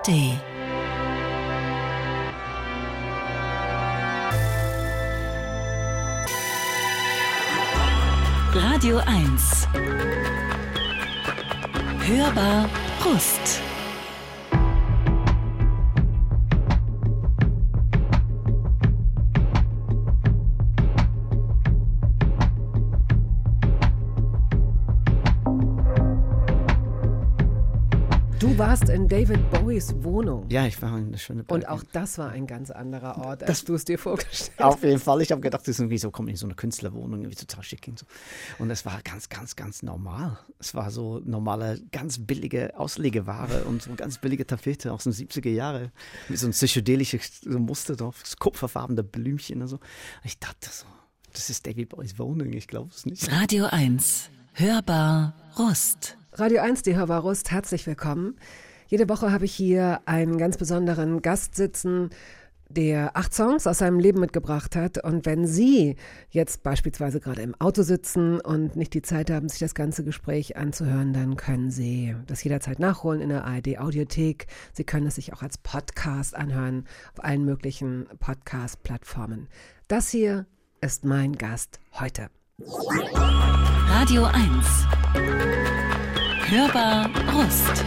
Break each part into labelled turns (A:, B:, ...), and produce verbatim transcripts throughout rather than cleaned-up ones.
A: A R D. Radio eins. Hörbar Brust.
B: Du warst in David Bowies Wohnung.
C: Ja, ich war in eine schöne Park.
B: Und auch das war ein ganz anderer Ort, als das, du es dir vorgestellt hast.
C: Auf jeden Fall. Ich habe gedacht, das ist irgendwie so, komm in so eine Künstlerwohnung, irgendwie total schick und so. Und es war ganz, ganz, ganz normal. Es war so normale, ganz billige Auslegeware und so ganz billige Tapete aus den siebziger Jahren. Mit so ein psychedelisches so Muster drauf, das kupferfarbene Blümchen und so. Und ich dachte so, das ist David Bowies Wohnung, ich glaube es nicht.
A: Radio eins. Hörbar Rust.
B: Radio eins, die Hörbar Rust, herzlich willkommen. Jede Woche habe ich hier einen ganz besonderen Gast sitzen, der acht Songs aus seinem Leben mitgebracht hat. Und wenn Sie jetzt beispielsweise gerade im Auto sitzen und nicht die Zeit haben, sich das ganze Gespräch anzuhören, dann können Sie das jederzeit nachholen in der A R D-Audiothek. Sie können es sich auch als Podcast anhören auf allen möglichen Podcast-Plattformen. Das hier ist mein Gast heute.
A: Radio eins. Hörbar Rust.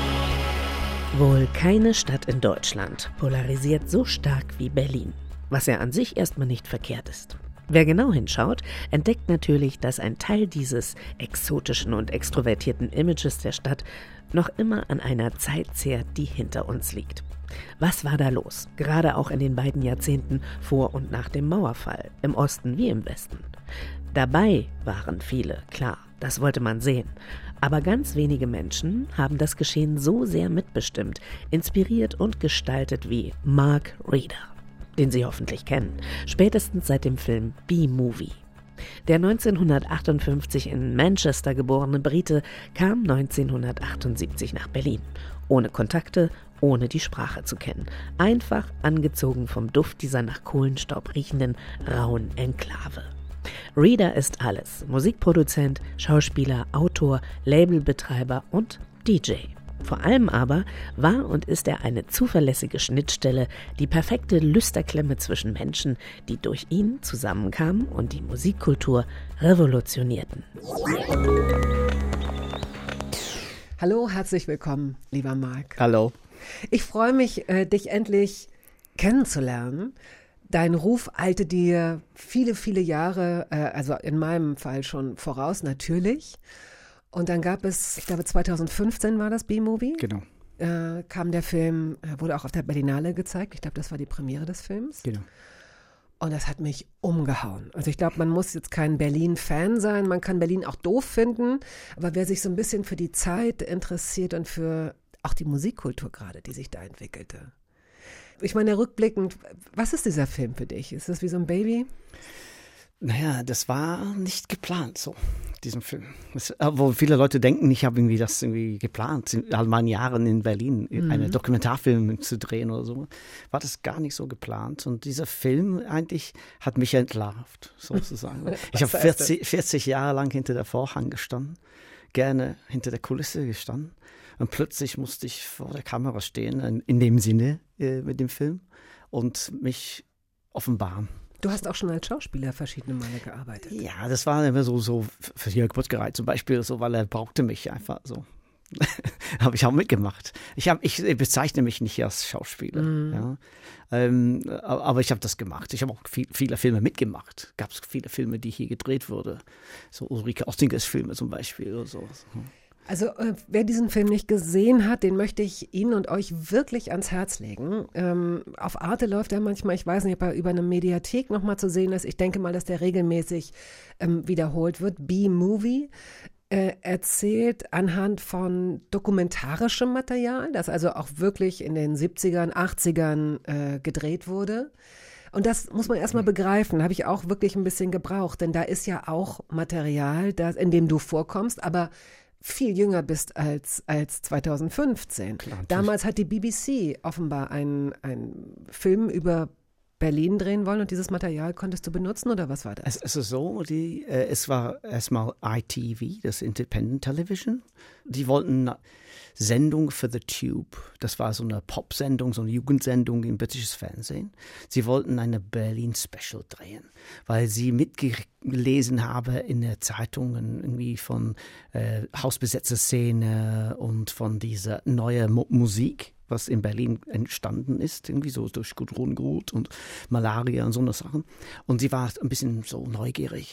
D: Wohl keine Stadt in Deutschland polarisiert so stark wie Berlin, was ja an sich erstmal nicht verkehrt ist. Wer genau hinschaut, entdeckt natürlich, dass ein Teil dieses exotischen und extrovertierten Images der Stadt noch immer an einer Zeit zehrt, die hinter uns liegt. Was war da los? Gerade auch in den beiden Jahrzehnten vor und nach dem Mauerfall, im Osten wie im Westen. Dabei waren viele, klar, das wollte man sehen. Aber ganz wenige Menschen haben das Geschehen so sehr mitbestimmt, inspiriert und gestaltet wie Mark Reeder, den Sie hoffentlich kennen, spätestens seit dem Film B-Movie. Der neunzehnhundertachtundfünfzig in Manchester geborene Brite kam neunzehnhundertachtundsiebzig nach Berlin, ohne Kontakte, ohne die Sprache zu kennen, einfach angezogen vom Duft dieser nach Kohlenstaub riechenden, rauen Enklave. Reeder ist alles: Musikproduzent, Schauspieler, Autor, Labelbetreiber und D J. Vor allem aber war und ist er eine zuverlässige Schnittstelle, die perfekte Lüsterklemme zwischen Menschen, die durch ihn zusammenkamen und die Musikkultur revolutionierten.
B: Hallo, herzlich willkommen, lieber Mark.
C: Hallo.
B: Ich freue mich, dich endlich kennenzulernen. Dein Ruf eilte dir viele, viele Jahre, äh, also in meinem Fall schon voraus, natürlich. Und dann gab es, ich glaube zweitausendfünfzehn war das B-Movie.
C: Genau.
B: Äh, kam der Film, wurde auch auf der Berlinale gezeigt. Ich glaube, das war die Premiere des Films.
C: Genau.
B: Und das hat mich umgehauen. Also ich glaube, man muss jetzt kein Berlin-Fan sein. Man kann Berlin auch doof finden. Aber wer sich so ein bisschen für die Zeit interessiert und für auch die Musikkultur gerade, die sich da entwickelte. Ich meine, rückblickend, was ist dieser Film für dich? Ist das wie so ein Baby?
C: Naja, das war nicht geplant, so, diesen Film. Das, wo viele Leute denken, ich habe irgendwie das irgendwie geplant, in all meinen Jahren in Berlin, mhm. einen Dokumentarfilm zu drehen oder so, war das gar nicht so geplant. Und dieser Film eigentlich hat mich entlarvt, sozusagen. Ich habe vierzig, vierzig Jahre lang hinter der Vorhang gestanden, gerne hinter der Kulisse gestanden. Und plötzlich musste ich vor der Kamera stehen, in dem Sinne äh, mit dem Film, und mich offenbaren.
B: Du hast auch schon als Schauspieler verschiedene Male gearbeitet.
C: Ja, das war immer so, so für Jörg Buttgereit zum Beispiel, so, weil er brauchte mich einfach so. Habe ich auch mitgemacht. Ich, hab, ich bezeichne mich nicht als Schauspieler. Mm. Ja. Ähm, aber ich habe das gemacht. Ich habe auch viel, viele Filme mitgemacht. Gab es viele Filme, die hier gedreht wurden. So Ulrike Ostingers Filme zum Beispiel oder so.
B: Also äh, wer diesen Film nicht gesehen hat, den möchte ich Ihnen und euch wirklich ans Herz legen. Ähm, auf Arte läuft er manchmal, ich weiß nicht, ob er über eine Mediathek nochmal zu sehen ist. Ich denke mal, dass der regelmäßig ähm, wiederholt wird. B-Movie äh, erzählt anhand von dokumentarischem Material, das also auch wirklich in den siebzigern, achtzigern äh, gedreht wurde. Und das muss man erstmal begreifen, habe ich auch wirklich ein bisschen gebraucht, denn da ist ja auch Material, das, in dem du vorkommst, aber viel jünger bist als, als zweitausendfünfzehn. Klar, damals hat die B B C offenbar einen, einen Film über Berlin drehen wollen und dieses Material konntest du benutzen oder was war das?
C: Es, es ist so, die, äh, es war erstmal I T V, das Independent Television. Die wollten eine Sendung für The Tube. Das war so eine Pop-Sendung, so eine Jugendsendung im britisches Fernsehen. Sie wollten eine Berlin-Special drehen, weil sie mitgelesen habe in der Zeitung irgendwie von äh, Hausbesetzer-Szene und von dieser neuen Mo- Musik, was in Berlin entstanden ist, irgendwie so durch Gudrun Gut und Malaria und so eine Sachen. Und sie war ein bisschen so neugierig.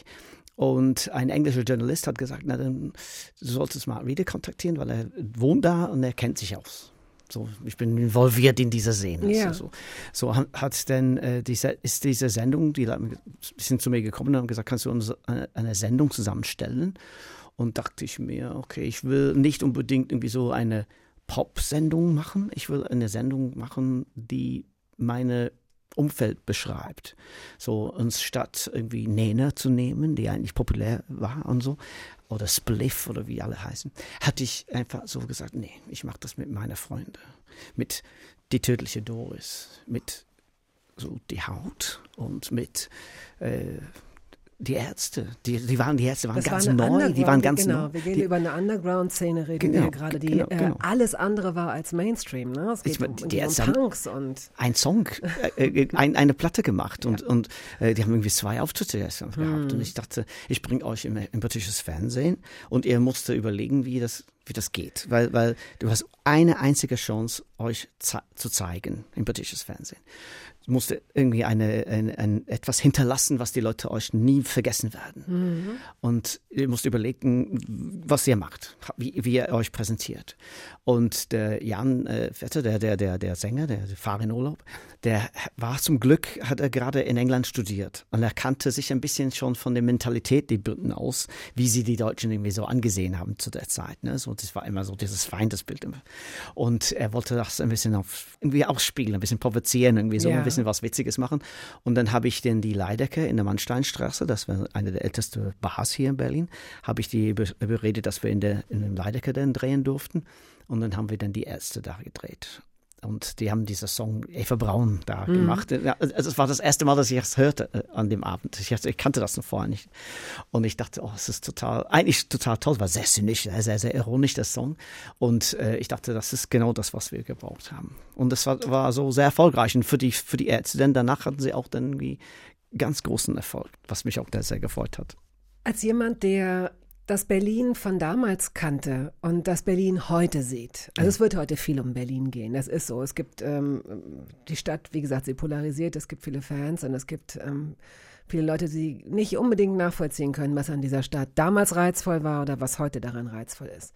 C: Und ein englischer Journalist hat gesagt, na dann du solltest mal Reeder kontaktieren, weil er wohnt da und er kennt sich aus. So, ich bin involviert in dieser Szene.
B: Ja.
C: So, so hat dann äh, diese, ist diese Sendung, die sind zu mir gekommen und haben gesagt, kannst du uns eine, eine Sendung zusammenstellen? Und dachte ich mir, okay, ich will nicht unbedingt irgendwie so eine Pop-Sendung machen. Ich will eine Sendung machen, die meine Umfeld beschreibt. So, und statt irgendwie Nena zu nehmen, die eigentlich populär war und so, oder Spliff oder wie alle heißen, hatte ich einfach so gesagt, nee, ich mache das mit meinen Freunden. Mit Die tödliche Doris, mit so Die Haut und mit äh, die Ärzte, die, die waren, die Ärzte waren
B: das
C: ganz
B: war
C: neu, die waren ganz
B: genau,
C: neu.
B: wir gehen
C: die,
B: über eine Underground-Szene, reden
C: genau,
B: wir gerade, die
C: genau, genau.
B: Äh, alles andere war als Mainstream. Ne? Es geht
C: ich mein,
B: um,
C: die,
B: um,
C: die
B: um
C: Ärzte
B: Punks und
C: ein Song, äh, ein, eine Platte gemacht und,
B: ja.
C: und äh, die haben irgendwie zwei Auftritte erst gehabt.
B: Hm.
C: Und ich dachte, ich bringe euch im, im britisches Fernsehen und ihr musst überlegen, wie das, wie das geht. Weil, weil du hast eine einzige Chance, euch ze- zu zeigen im britisches Fernsehen. Du musst irgendwie eine, eine, ein, etwas hinterlassen, was die Leute euch nie vergessen werden. Mhm. Und ihr müsst überlegen, was ihr macht, wie, wie ihr euch präsentiert. Und der Jan äh, Vetter, der, der, der, der Sänger, der, der Fahrer in Urlaub, der war zum Glück, hat er gerade in England studiert. Und er kannte sich ein bisschen schon von der Mentalität der Briten aus, wie sie die Deutschen irgendwie so angesehen haben zu der Zeit. Ne? So, das war immer so dieses Feindesbild. Und er wollte das ein bisschen auf, irgendwie ausspiegeln, ein bisschen provozieren, irgendwie so ja. ein bisschen was Witziges machen. Und dann habe ich den die Leidecker in der Mannsteinstraße, das war eine der ältesten Bars hier in Berlin, habe ich die überredet, dass wir in, der, in dem Leidecker dann drehen durften. Und dann haben wir dann die Ärzte da gedreht. Und die haben diesen Song Eva Braun da mhm. gemacht. Also es war das erste Mal, dass ich es hörte äh, an dem Abend. Ich, ich kannte das noch vorher nicht. Und ich dachte, oh, es ist total, eigentlich total toll. War sehr zynisch, sehr, sehr, sehr ironisch, der Song. Und äh, ich dachte, das ist genau das, was wir gebraucht haben. Und das war, war so sehr erfolgreich. Und für die, für die Ärzte, denn danach hatten sie auch dann irgendwie ganz großen Erfolg, was mich auch sehr gefreut hat.
B: Als jemand, der das Berlin von damals kannte und das Berlin heute sieht. Also ja. es wird heute viel um Berlin gehen, das ist so. Es gibt ähm, die Stadt, wie gesagt, sie polarisiert, es gibt viele Fans und es gibt ähm, viele Leute, die nicht unbedingt nachvollziehen können, was an dieser Stadt damals reizvoll war oder was heute daran reizvoll ist.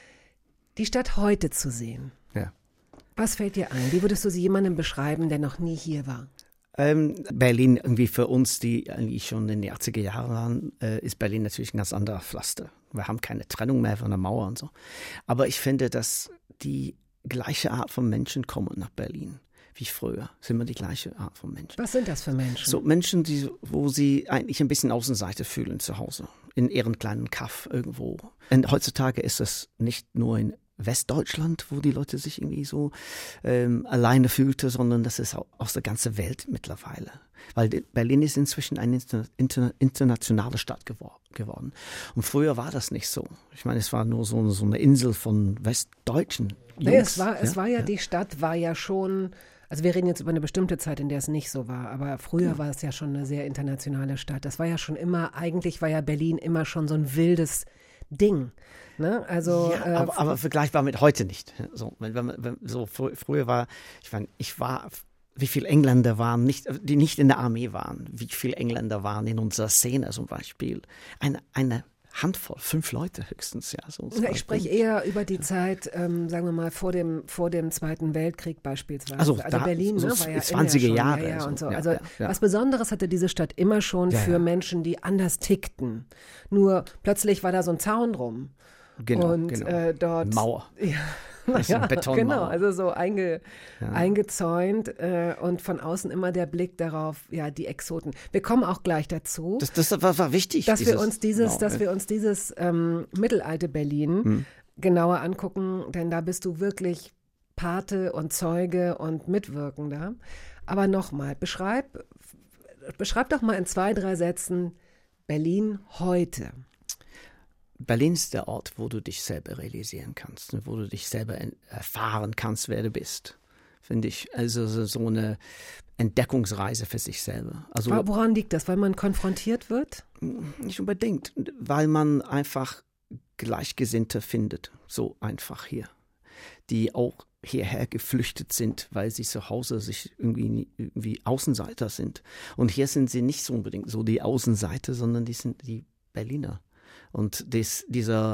B: Die Stadt heute zu sehen,
C: ja.
B: Was fällt dir ein? Wie würdest du sie jemandem beschreiben, der noch nie hier war?
C: Ähm, Berlin, irgendwie für uns, die eigentlich schon in die achtziger Jahre waren, äh, ist Berlin natürlich ein ganz anderer Pflaster. Wir haben keine Trennung mehr von der Mauer und so. Aber ich finde, dass die gleiche Art von Menschen kommen nach Berlin wie früher. Es ist immer die gleiche Art von Menschen.
B: Was sind das für Menschen?
C: So Menschen, die, wo sie eigentlich ein bisschen Außenseite fühlen zu Hause. In ihren kleinen Kaff irgendwo. Und heutzutage ist es nicht nur in Westdeutschland, wo die Leute sich irgendwie so ähm, alleine fühlte, sondern das ist auch aus der ganzen Welt mittlerweile. Weil Berlin ist inzwischen eine inter, inter, internationale Stadt gewor- geworden. Und früher war das nicht so. Ich meine, es war nur so, so eine Insel von Westdeutschen.
B: Nee, es war, es ja, war ja, ja, die Stadt war ja schon, also wir reden jetzt über eine bestimmte Zeit, in der es nicht so war, aber früher ja. war es ja schon eine sehr internationale Stadt. Das war ja schon immer, eigentlich war ja Berlin immer schon so ein wildes Ding. Ne? Also,
C: ja,
B: äh,
C: aber, aber vergleichbar mit heute nicht. So, wenn, wenn, wenn, so fr- früher war, ich meine, ich war, wie viele Engländer waren, nicht, die nicht in der Armee waren, wie viele Engländer waren in unserer Szene zum Beispiel. Eine, eine Handvoll, fünf Leute höchstens. Ja, so
B: ja, ich spreche eher über die Zeit, ähm, sagen wir mal, vor dem, vor dem Zweiten Weltkrieg beispielsweise.
C: Also,
B: also
C: da,
B: Berlin
C: so
B: ne, war ja
C: zwanziger
B: schon,
C: Jahre.
B: Ja, ja,
C: so.
B: und so.
C: Ja,
B: also
C: ja, ja.
B: was Besonderes hatte diese Stadt immer schon
C: ja,
B: für
C: ja.
B: Menschen, die anders tickten. Nur plötzlich war da so ein Zaun drum.
C: Genau,
B: und
C: genau.
B: Äh, dort
C: Mauer.
B: Ja.
C: Das ist eine
B: Ja,
C: Betonmauer.
B: genau, also so einge,
C: ja.
B: eingezäunt äh, und von außen immer der Blick darauf, ja, die Exoten. Wir kommen auch gleich dazu,
C: Das, das war, war wichtig.
B: dass
C: dieses,
B: wir uns dieses,
C: genau,
B: dass wir uns dieses ähm, mittelalte Berlin
C: hm.
B: genauer angucken, denn da bist du wirklich Pate und Zeuge und Mitwirkender. Aber nochmal, beschreib, beschreib doch mal in zwei, drei Sätzen Berlin heute.
C: Berlin ist der Ort, wo du dich selber realisieren kannst, wo du dich selber erfahren kannst, wer du bist, finde ich. Also so eine Entdeckungsreise für sich selber. Also,
B: woran liegt das? Weil man konfrontiert wird?
C: Nicht unbedingt, weil man einfach Gleichgesinnte findet, so einfach hier, die auch hierher geflüchtet sind, weil sie zu Hause sich irgendwie, irgendwie Außenseiter sind. Und hier sind sie nicht so unbedingt so die Außenseiter, sondern die sind die Berliner. Und das, dieser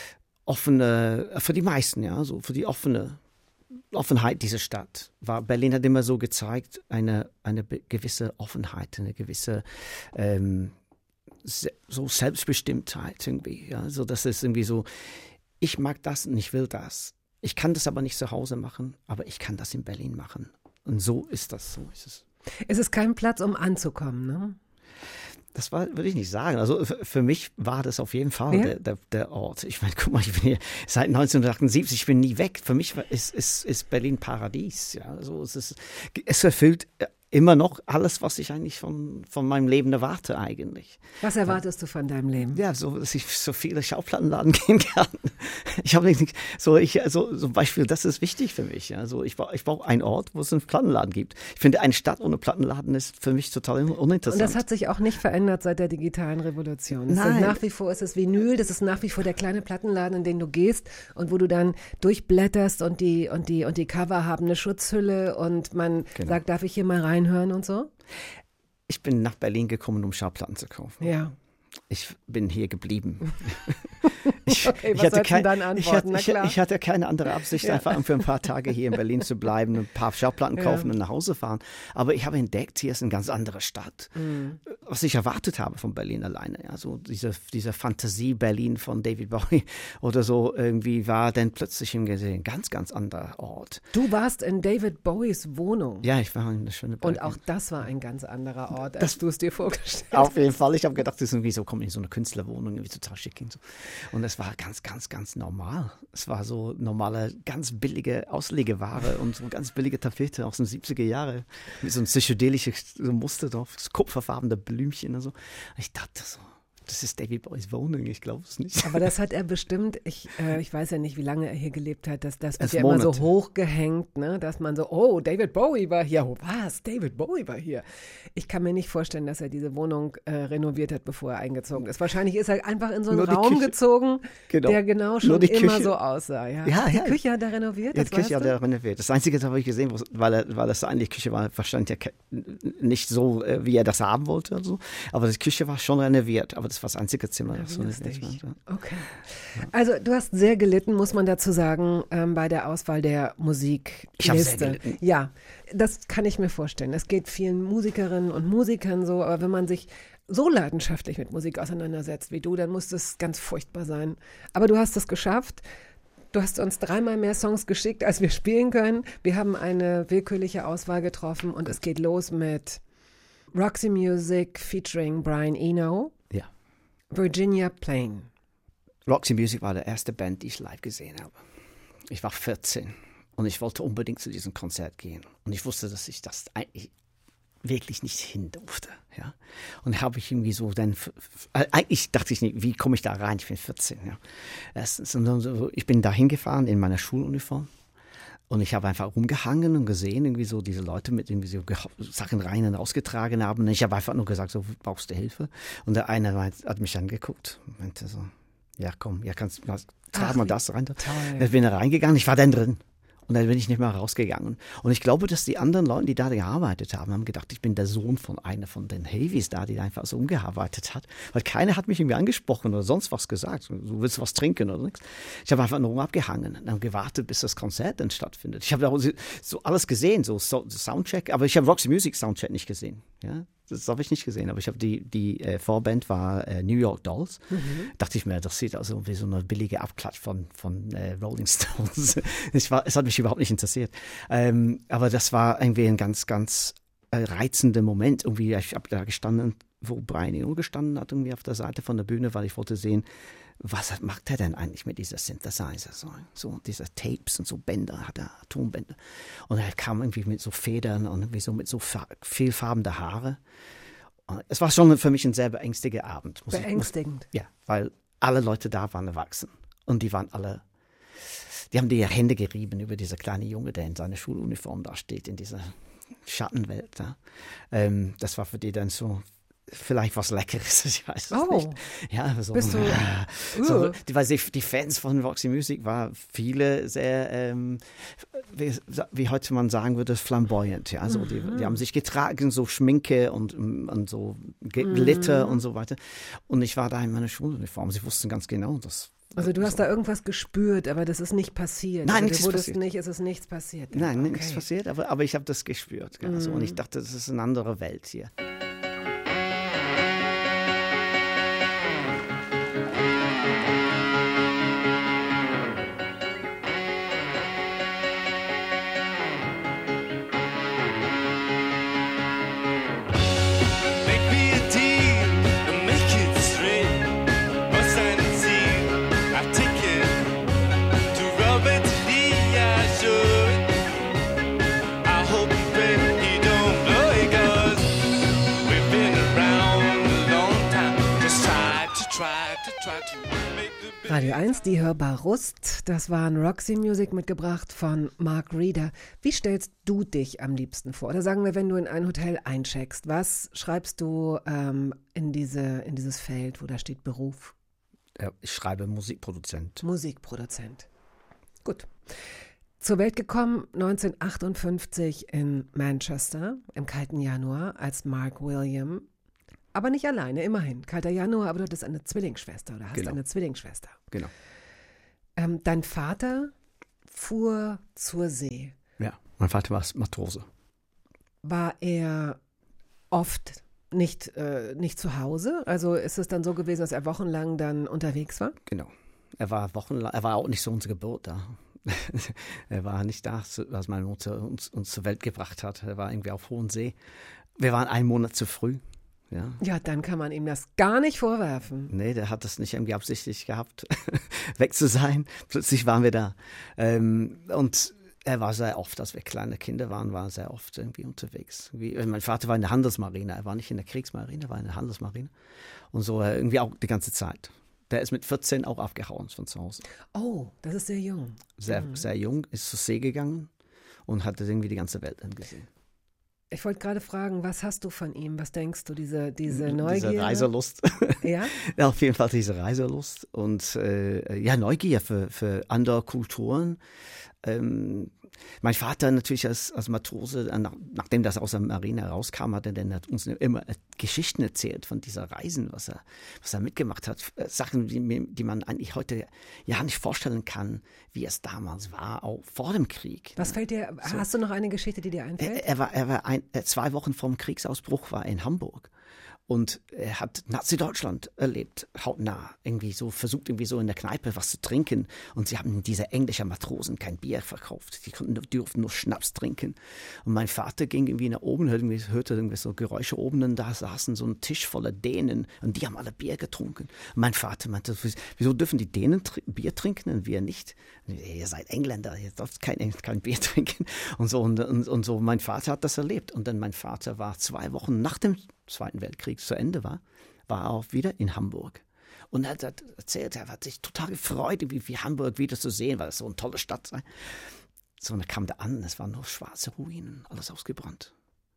C: offene, für die meisten, ja, so für die offene Offenheit dieser Stadt, war Berlin hat immer so gezeigt, eine, eine gewisse Offenheit, eine gewisse ähm, so Selbstbestimmtheit irgendwie, ja, so das ist irgendwie so, ich mag das und ich will das. Ich kann das aber nicht zu Hause machen, aber ich kann das in Berlin machen. Und so ist das, so ist es.
B: Es ist kein Platz, um anzukommen, ne?
C: Das war, würde ich nicht sagen. Also für mich war das auf jeden Fall ja? der, der, der Ort. Ich meine, guck mal, ich bin hier seit neunzehnhundertachtundsiebzig, ich bin nie weg. Für mich ist, ist, ist Berlin Paradies. Ja, also es, ist, es erfüllt immer noch alles, was ich eigentlich von, von meinem Leben erwarte eigentlich.
B: Was erwartest ja. du von deinem Leben?
C: Ja, so, dass ich so viele Schauplattenladen gehen kann. Ich habe nicht, so, ich, so, so ein Beispiel, das ist wichtig für mich. Ja. So, ich, ich brauche einen Ort, wo es einen Plattenladen gibt. Ich finde, eine Stadt ohne Plattenladen ist für mich total uninteressant.
B: Und das hat sich auch nicht verändert seit der digitalen Revolution. Es
C: Nein.
B: Sind nach wie vor ist es Vinyl, das ist nach wie vor der kleine Plattenladen, in den du gehst und wo du dann durchblätterst und die, und die, und die Cover haben eine Schutzhülle und man genau. sagt, darf ich hier mal reinhören und so?
C: Ich bin nach Berlin gekommen, um Schallplatten zu kaufen.
B: Ja.
C: Ich bin hier geblieben. Ich,
B: okay,
C: ich,
B: was
C: hatte kein,
B: dann antworten?
C: ich, hatte, ich, ich hatte keine andere Absicht, ja. einfach für ein paar Tage hier in Berlin zu bleiben, ein paar Schallplatten kaufen ja. und nach Hause fahren. Aber ich habe entdeckt, hier ist eine ganz andere Stadt. Mhm. Was ich erwartet habe von Berlin alleine. Ja, so diese, diese Fantasie Berlin von David Bowie oder so irgendwie war dann plötzlich ein ganz, ganz anderer Ort.
B: Du warst in David Bowies Wohnung.
C: Ja, ich war in der schönen Berlin.
B: Und auch das war ein ganz anderer Ort, als das, du es dir vorgestellt hast.
C: Auf jeden Fall. Ich habe gedacht, das ist irgendwie so, komm in so eine Künstlerwohnung, irgendwie total schick und so. Und es war ganz, ganz, ganz normal. Es war so normale, ganz billige Auslegeware und so ganz billige Tapete aus den siebziger Jahren mit so ein psychedelisches so Muster drauf, so kupferfarbene Blümchen und so. Und ich dachte so, das ist David Bowies Wohnung, ich glaube es nicht.
B: Aber das hat er bestimmt, ich, äh, ich weiß ja nicht, wie lange er hier gelebt hat, dass das wird
C: es
B: ja
C: Monate.
B: immer so hochgehängt, ne? Dass man so, oh, David Bowie war hier. Oh, was? David Bowie war hier. Ich kann mir nicht vorstellen, dass er diese Wohnung äh, renoviert hat, bevor er eingezogen ist. Wahrscheinlich ist er einfach in so einen Raum Küche. gezogen, genau. der genau schon immer so aussah. Ja,
C: ja,
B: die
C: ja.
B: Küche hat er renoviert,
C: ja,
B: das
C: die Küche hat er renoviert. Das Einzige, das habe ich gesehen, weil, er, weil das eigentlich Küche war, wahrscheinlich nicht so, wie er das haben wollte. Und so. Aber die Küche war schon renoviert, aber das war das einzige Zimmer.
B: Ja, so okay. Also du hast sehr gelitten, muss man dazu sagen, ähm, bei der Auswahl der Musikliste.
C: Ich habe sehr gelitten.
B: Ja, das kann ich mir vorstellen. Es geht vielen Musikerinnen und Musikern so, aber wenn man sich so leidenschaftlich mit Musik auseinandersetzt wie du, dann muss das ganz furchtbar sein. Aber du hast es geschafft. Du hast uns dreimal mehr Songs geschickt, als wir spielen können. Wir haben eine willkürliche Auswahl getroffen und es geht los mit Roxy Music featuring Brian Eno.
C: Ja.
B: Virginia Plain.
C: Roxy Music war die erste Band, die ich live gesehen habe. Ich war vierzehn und ich wollte unbedingt zu diesem Konzert gehen. Und ich wusste, dass ich das eigentlich wirklich nicht hin durfte. Ja? Und habe ich irgendwie so dann, eigentlich dachte ich nicht, wie komme ich da rein? Ich bin vierzehn. Ja? Erstens, ich bin da hingefahren in meiner Schuluniform. Und ich habe einfach rumgehangen und gesehen, irgendwie so diese Leute mit irgendwie so Sachen rein und rausgetragen haben. Und ich habe einfach nur gesagt, so, brauchst du Hilfe? Und der eine hat mich angeguckt und meinte so, ja komm, ja kannst, trag mal das rein. Dann bin ich reingegangen, ich war dann drin. Und dann bin ich nicht mehr rausgegangen. Und ich glaube, dass die anderen Leute, die da gearbeitet haben, haben gedacht, ich bin der Sohn von einer von den Heavies da, die einfach so umgearbeitet hat. Weil keiner hat mich irgendwie angesprochen oder sonst was gesagt. Du willst was trinken oder nichts. Ich habe einfach nur abgehangen und habe gewartet, bis das Konzert dann stattfindet. Ich habe so alles gesehen, so Soundcheck, aber ich habe Roxy Music Soundcheck nicht gesehen. Ja, das habe ich nicht gesehen, aber ich habe die, die äh, Vorband war äh, New York Dolls. Mhm. Dachte ich mir, das sieht also wie so eine billige Abklatsch von, von äh, Rolling Stones. Es, war, es hat mich überhaupt nicht interessiert. Ähm, aber das war irgendwie ein ganz, ganz äh, reizender Moment. Irgendwie, ich habe da gestanden, wo Brian Eno gestanden hat, irgendwie auf der Seite von der Bühne, weil ich wollte sehen, was macht er denn eigentlich mit dieser Synthesizer? So, so diese Tapes und so Bänder, hat er Tonbänder. Und er kam irgendwie mit so Federn und irgendwie so mit so vielfarbene Haare. Und es war schon für mich ein sehr beängstigender Abend. Muss
B: Beängstigend?
C: Ich, muss, ja, weil alle Leute da waren erwachsen. Und die waren alle, die haben die Hände gerieben über dieser kleine Junge, der in seiner Schuluniform da steht, in dieser Schattenwelt. Ja. Ähm, das war für die dann so vielleicht was Leckeres, ich weiß es
B: oh.
C: nicht. Ja, so,
B: Bist du,
C: uh. so, die, weil die, die Fans von Roxy Music waren viele sehr, ähm, wie, wie heute man sagen würde, flamboyant. Ja? So, die, die haben sich getragen, so Schminke und, und so Glitter mhm. und so weiter. Und ich war da in meiner Schuluniform. Sie wussten ganz genau, dass
B: Also du hast
C: so.
B: da irgendwas gespürt, aber das ist nicht passiert.
C: Nein,
B: also,
C: nichts ist passiert.
B: Nicht, es ist nichts passiert.
C: Nein,
B: okay.
C: nichts passiert, aber, aber ich habe das gespürt. Ja, mm. so. Und ich dachte, das ist eine andere Welt hier.
B: Radio eins, die Hörbar Rust. Das waren Roxy Music mitgebracht von Mark Reeder. Wie stellst du dich am liebsten vor? Oder sagen wir, wenn du in ein Hotel eincheckst, was schreibst du ähm, in, diese, in dieses Feld, wo da steht Beruf?
C: Ja, ich schreibe Musikproduzent.
B: Musikproduzent. Gut. Zur Welt gekommen neunzehnhundertachtundfünfzig in Manchester im kalten Januar als Mark William. Aber nicht alleine, immerhin. Kalter Januar, aber du hattest eine Zwillingsschwester oder hast
C: genau.
B: eine Zwillingsschwester.
C: Genau.
B: Ähm, dein Vater fuhr zur See.
C: Ja, mein Vater war Matrose.
B: War er oft nicht, äh, nicht zu Hause? Also ist es dann so gewesen, dass er wochenlang dann unterwegs war?
C: Genau. Er war wochenlang, er war auch nicht so unsere Geburt da. Er war nicht da, als meine Mutter uns, uns zur Welt gebracht hat. Er war irgendwie auf hohem See. Wir waren einen Monat zu früh. Ja.
B: ja, dann kann man ihm das gar nicht vorwerfen.
C: Nee, der hat das nicht irgendwie absichtlich gehabt, weg zu sein. Plötzlich waren wir da. Ähm, und er war sehr oft, als wir kleine Kinder waren, war er sehr oft irgendwie unterwegs. Wie, mein Vater war in der Handelsmarine, er war nicht in der Kriegsmarine, er war in der Handelsmarine. Und so äh, irgendwie auch die ganze Zeit. Der ist mit vierzehn auch abgehauen von zu Hause.
B: Oh, das ist sehr jung.
C: Sehr,
B: mhm.
C: sehr jung, ist zur See gegangen und hat irgendwie die ganze Welt angesehen.
B: Ich wollte gerade fragen, was hast du von ihm? Was denkst du, diese, diese Neugier?
C: Diese Reiselust.
B: Ja?
C: Ja, auf jeden Fall diese Reiselust und äh, ja, Neugier für, für andere Kulturen. Ähm, mein Vater natürlich als, als Matrose, nach, nachdem das aus der Marine rauskam, hat er dann hat uns immer Geschichten erzählt von dieser Reisen, was er, was er mitgemacht hat. Sachen, die, die man eigentlich heute ja nicht vorstellen kann, wie es damals war, auch vor dem Krieg.
B: Was fällt dir, so. Hast du noch eine Geschichte, die dir einfällt?
C: Er, er war, er war ein, zwei Wochen vor dem Kriegsausbruch war er in Hamburg. Und er hat Nazi-Deutschland erlebt, hautnah. Irgendwie so, versucht irgendwie so in der Kneipe was zu trinken. Und sie haben diese englischen Matrosen kein Bier verkauft. Die konnten, durften nur Schnaps trinken. Und mein Vater ging irgendwie nach oben, hörte irgendwie, hörte irgendwie so Geräusche oben. Und da saßen so ein Tisch voller Dänen. Und die haben alle Bier getrunken. Und mein Vater meinte, wieso dürfen die Dänen tr- Bier trinken und wir nicht? Ihr seid Engländer, ihr dürft kein, kein Bier trinken. Und so, und, und, und so, mein Vater hat das erlebt. Und dann mein Vater war zwei Wochen nach dem Zweiten Weltkrieg zu Ende war, war er auch wieder in Hamburg. Und er hat erzählt, er hat sich total gefreut, wie, wie Hamburg wieder zu sehen, weil es so eine tolle Stadt sei. So, und er kam da an, es waren nur schwarze Ruinen, alles ausgebrannt.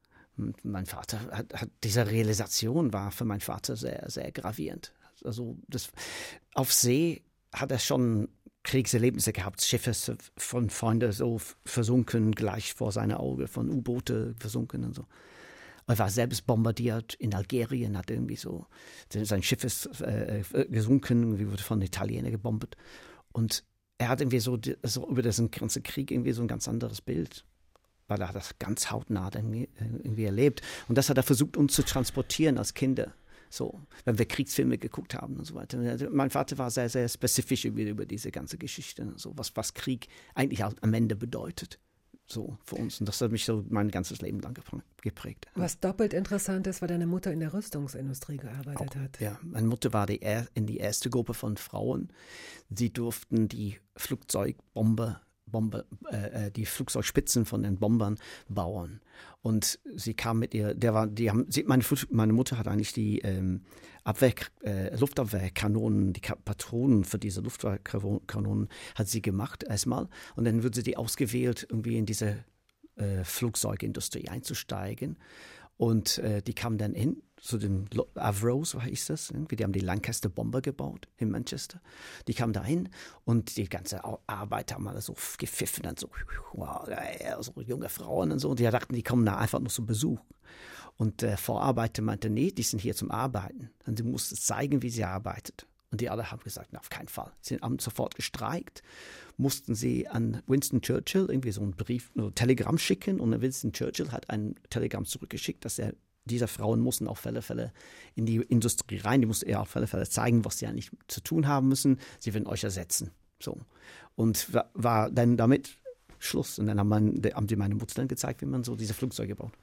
C: Und mein Vater hat, hat diese Realisation war für meinen Vater sehr, sehr gravierend. Also das, auf See hat er schon Kriegserlebnisse gehabt, Schiffe von Freunden so versunken, gleich vor seinen Augen, von U-Boote versunken und so. Er war selbst bombardiert in Algerien, hat irgendwie so, sein Schiff ist äh, gesunken, irgendwie wurde von den Italienern gebombt. Und er hat irgendwie so, so über diesen ganzen Krieg irgendwie so ein ganz anderes Bild, weil er das ganz hautnah irgendwie, irgendwie erlebt. Und das hat er versucht, uns zu transportieren als Kinder. So, wenn wir Kriegsfilme geguckt haben und so weiter. Mein Vater war sehr, sehr spezifisch über, über diese ganze Geschichte, so was, was Krieg eigentlich am Ende bedeutet. so für uns. Und das hat mich so mein ganzes Leben lang geprägt.
B: Was doppelt interessant ist, weil deine Mutter in der Rüstungsindustrie gearbeitet
C: Auch,
B: hat.
C: Ja, meine Mutter war die er, in die erste Gruppe von Frauen. Sie durften die Flugzeugbomber Bombe, äh, die Flugzeugspitzen von den Bombern bauen. Und sie kam mit ihr, der war, die haben, sie, meine, meine Mutter hat eigentlich die ähm, Abwehr, äh, Luftabwehrkanonen, die Patronen für diese Luftabwehrkanonen hat sie gemacht erstmal. Und dann wurde sie die ausgewählt, irgendwie in diese äh, Flugzeugindustrie einzusteigen. Und äh, die kam dann hin zu den Avro, so hieß das. Irgendwie. Die haben die Lancaster Bomber gebaut in Manchester. Die kamen da hin und die ganze Arbeit haben alle so gepfiffen und so, wow, so junge Frauen und so. Und die dachten, die kommen da einfach nur zum Besuch. Und der Vorarbeiter meinte, nee, die sind hier zum Arbeiten. Und sie mussten zeigen, wie sie arbeitet. Und die alle haben gesagt, na, auf keinen Fall. Sie haben sofort gestreikt, mussten sie an Winston Churchill irgendwie so einen Brief, ein Telegramm schicken. Und Winston Churchill hat ein Telegramm zurückgeschickt, dass er, diese Frauen mussten auf alle Fälle in die Industrie rein. Die mussten eher auf alle Fälle zeigen, was sie eigentlich zu tun haben müssen. Sie werden euch ersetzen. So. Und war, war dann damit Schluss. Und dann haben, man, haben die meine Mutter dann gezeigt, wie man so diese Flugzeuge baut.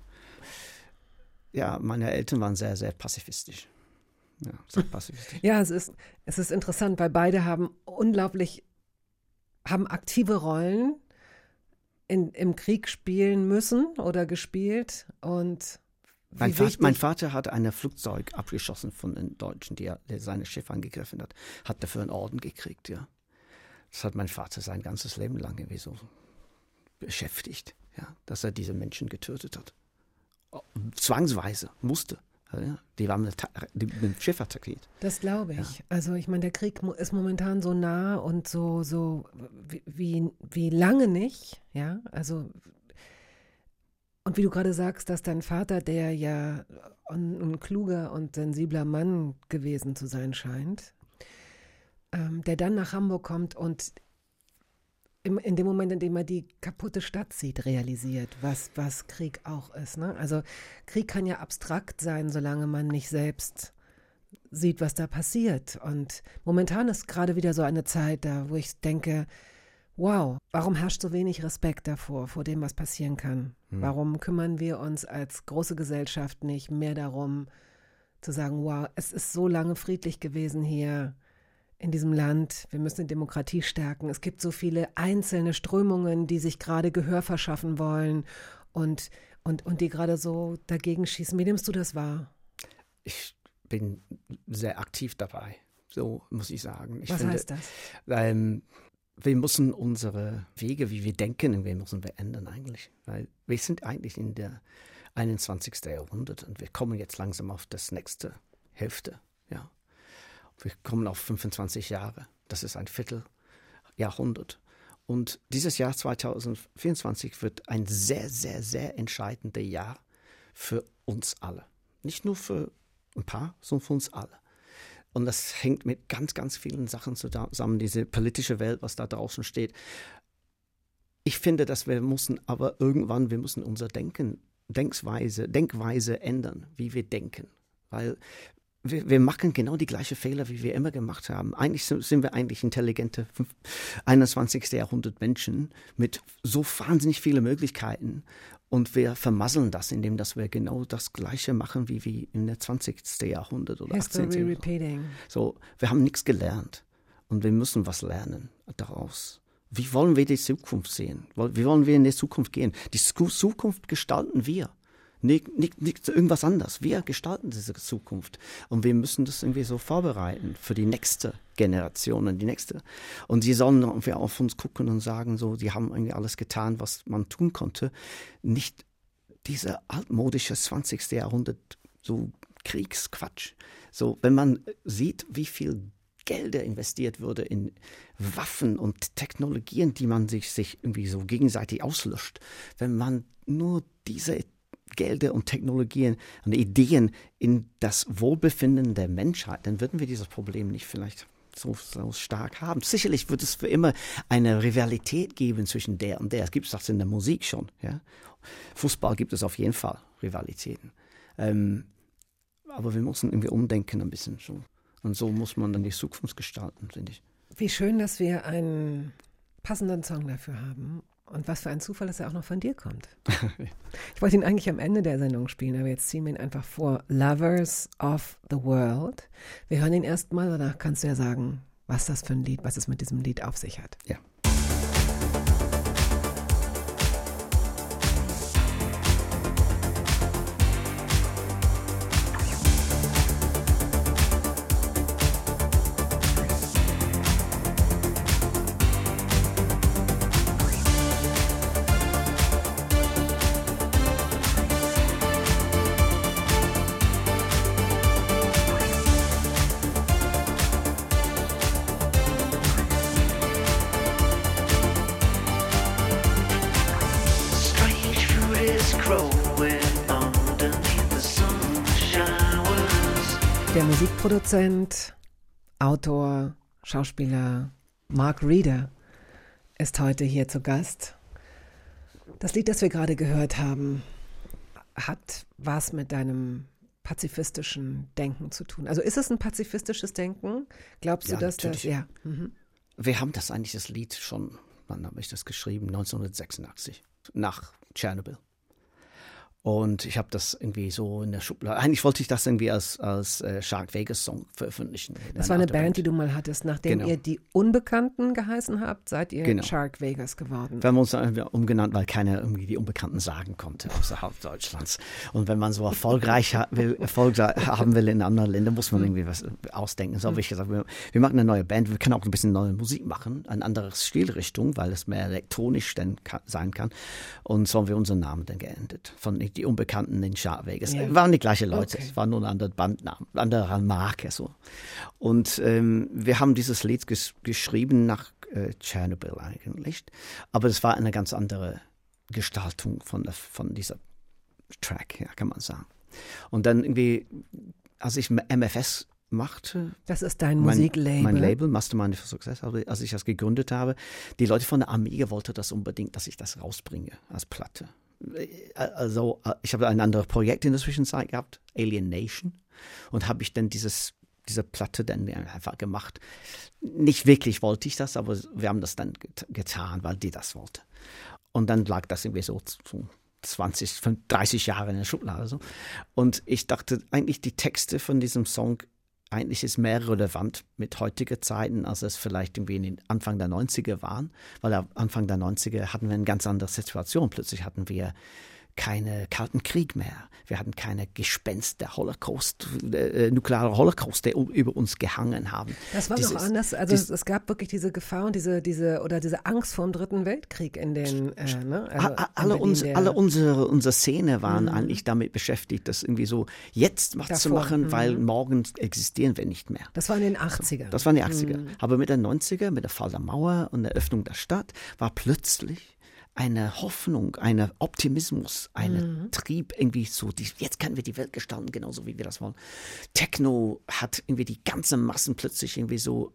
C: Ja, meine Eltern waren sehr, sehr pazifistisch. Ja, sehr pazifistisch.
B: Ja, es ist, es ist interessant, weil beide haben unglaublich, haben aktive Rollen in, im Krieg spielen müssen oder gespielt. Und
C: mein, Vater, mein Vater hat ein Flugzeug abgeschossen von den Deutschen, die er, der seine Schiff angegriffen hat, hat dafür einen Orden gekriegt, ja. Das hat mein Vater sein ganzes Leben lang irgendwie so beschäftigt, ja, dass er diese Menschen getötet hat. Zwangsweise, musste. Ja, die waren mit, mit dem Schiff attackiert.
B: Das glaube ich.
C: Ja.
B: Also ich meine, der Krieg ist momentan so nah und so, so wie, wie lange nicht. Ja, also und wie du gerade sagst, dass dein Vater, der ja ein, ein kluger und sensibler Mann gewesen zu sein scheint, ähm, der dann nach Hamburg kommt und im, in dem Moment, in dem er die kaputte Stadt sieht, realisiert, was, was Krieg auch ist. Ne? Also Krieg kann ja abstrakt sein, solange man nicht selbst sieht, was da passiert. Und momentan ist gerade wieder so eine Zeit da, wo ich denke, wow, warum herrscht so wenig Respekt davor, vor dem, was passieren kann? Hm. Warum kümmern wir uns als große Gesellschaft nicht mehr darum, zu sagen, wow, es ist so lange friedlich gewesen hier in diesem Land, wir müssen die Demokratie stärken. Es gibt so viele einzelne Strömungen, die sich gerade Gehör verschaffen wollen und, und, und die gerade so dagegen schießen. Wie nimmst du das wahr?
C: Ich bin sehr aktiv dabei, so muss ich sagen. Ich
B: Was
C: finde,
B: heißt das?
C: Ähm, wir müssen unsere Wege, wie wir denken, wir müssen wir ändern eigentlich. Weil wir sind eigentlich in der einundzwanzigsten Jahrhundert und wir kommen jetzt langsam auf das nächste Hälfte, ja. Wir kommen auf fünfundzwanzig Jahre. Das ist ein Vierteljahrhundert. Und dieses Jahr zweitausendvierundzwanzig wird ein sehr, sehr, sehr entscheidendes Jahr für uns alle. Nicht nur für ein paar, sondern für uns alle. Und das hängt mit ganz, ganz vielen Sachen zusammen, diese politische Welt, was da draußen steht. Ich finde, dass wir müssen aber irgendwann, wir müssen unser Denken, Denkweise, Denkweise ändern, wie wir denken. Weil Wir, wir machen genau die gleichen Fehler, wie wir immer gemacht haben. Eigentlich sind wir eigentlich intelligente einundzwanzigsten Jahrhundert Menschen mit so wahnsinnig vielen Möglichkeiten. Und wir vermasseln das, indem dass wir genau das Gleiche machen, wie wir in der zwanzigsten Jahrhundert oder achtzehnten
B: History repeating.
C: So, wir haben nichts gelernt. Und wir müssen was lernen daraus. Wie wollen wir die Zukunft sehen? Wie wollen wir in die Zukunft gehen? Die Zukunft gestalten wir. Nicht, nicht, nicht irgendwas anderes. Wir gestalten diese Zukunft. Und wir müssen das irgendwie so vorbereiten für die nächste Generation und die nächste. Und sie sollen irgendwie auf uns gucken und sagen, so, die haben irgendwie alles getan, was man tun konnte. Nicht dieser altmodische zwanzigsten Jahrhundert, so Kriegsquatsch. So, wenn man sieht, wie viel Gelder investiert wurde in Waffen und Technologien, die man sich, sich irgendwie so gegenseitig auslöscht. Wenn man nur diese Gelder und Technologien und Ideen in das Wohlbefinden der Menschheit, dann würden wir dieses Problem nicht vielleicht so, so stark haben. Sicherlich wird es für immer eine Rivalität geben zwischen der und der. Es gibt das in der Musik schon. Ja? Fußball gibt es auf jeden Fall Rivalitäten. Ähm, aber wir müssen irgendwie umdenken ein bisschen. So. Und so muss man dann die Zukunft gestalten, finde ich.
B: Wie schön, dass wir einen passenden Song dafür haben. Und was für ein Zufall, dass er auch noch von dir kommt. Ich wollte ihn eigentlich am Ende der Sendung spielen, aber jetzt ziehen wir ihn einfach vor. Lovers of the World. Wir hören ihn erstmal, danach kannst du ja sagen, was das für ein Lied, was es mit diesem Lied auf sich hat.
C: Ja.
B: Der Musikproduzent, Autor, Schauspieler Mark Reeder ist heute hier zu Gast. Das Lied, das wir gerade gehört haben, hat was mit deinem pazifistischen Denken zu tun. Also ist es ein pazifistisches Denken? Glaubst du,
C: Ja,
B: dass
C: natürlich.
B: das... Ja. Mhm.
C: Wir haben das eigentlich, das Lied schon, wann habe ich das geschrieben? neunzehnhundertsechsundachtzig, nach Tschernobyl. Und ich habe das irgendwie so in der Schublade. Eigentlich wollte ich das irgendwie als, als äh, Shark Vegas Song veröffentlichen.
B: Das war eine Band, die du mal hattest. Nachdem
C: Genau.
B: ihr die Unbekannten geheißen habt, seid ihr
C: Genau.
B: Shark Vegas geworden.
C: Wir haben uns dann umgenannt, weil keiner irgendwie die Unbekannten sagen konnte außerhalb Deutschlands. Und wenn man so erfolgreich ha- will, Erfolg haben will in anderen Ländern, muss man irgendwie was ausdenken. So habe ich gesagt, wir, wir machen eine neue Band, wir können auch ein bisschen neue Musik machen, eine andere Stilrichtung, weil es mehr elektronisch dann ka- sein kann. Und so haben wir unseren Namen dann geändert. Von die Unbekannten in Shark Vegas.
B: Ja.
C: Es waren die gleichen Leute,
B: Okay.
C: es war nur ein anderer Bandname, andere Marke. So. Und ähm, wir haben dieses Lied ges- geschrieben nach äh, Tschernobyl eigentlich. Aber es war eine ganz andere Gestaltung von, der, von dieser Track, ja, kann man sagen. Und dann irgendwie, als ich M F S machte,
B: Das ist dein
C: mein,
B: Musiklabel.
C: mein Label, Mastermind for Success, also als ich das gegründet habe, die Leute von der Amiga wollten das unbedingt, dass ich das rausbringe als Platte. Also ich habe ein anderes Projekt in der Zwischenzeit gehabt, Alien Nation, und habe ich dann dieses diese Platte dann einfach gemacht. Nicht wirklich wollte ich das, aber wir haben das dann get- getan, weil die das wollte. Und dann lag das irgendwie so, so zwanzig, dreißig Jahre in der Schublade. So. Und ich dachte eigentlich, die Texte von diesem Song, eigentlich ist mehr relevant mit heutigen Zeiten, als es vielleicht irgendwie in den Anfang der neunziger waren. Weil am Anfang der neunziger hatten wir eine ganz andere Situation. Plötzlich hatten wir keinen Kalten Krieg mehr. Wir hatten keine Gespenst der Holocaust, äh, nukleare Holocaust, der u- über uns gehangen haben.
B: Das war
C: Dieses-
B: noch anders. Also
C: dies-
B: es, es gab wirklich diese Gefahr und diese, diese oder diese Angst vor dem Dritten Weltkrieg in den, äh, ne? Also
C: A- a-
B: in
C: alle,
B: Berlin,
C: uns,
B: der-
C: alle unsere, unsere Szene waren eigentlich damit beschäftigt, das irgendwie so jetzt was zu
B: Davor,
C: machen,
B: mhm.
C: weil morgen existieren wir nicht mehr.
B: Das war in den achtzigern.
C: Das waren die achtziger. Aber mit den neunziger, mit der Fall der Mauer und der Öffnung der Stadt, war plötzlich eine Hoffnung, ein Optimismus, ein
B: Mhm.
C: Trieb irgendwie so, die, jetzt können wir die Welt gestalten, genauso wie wir das wollen. Techno hat irgendwie die ganze Massen plötzlich irgendwie so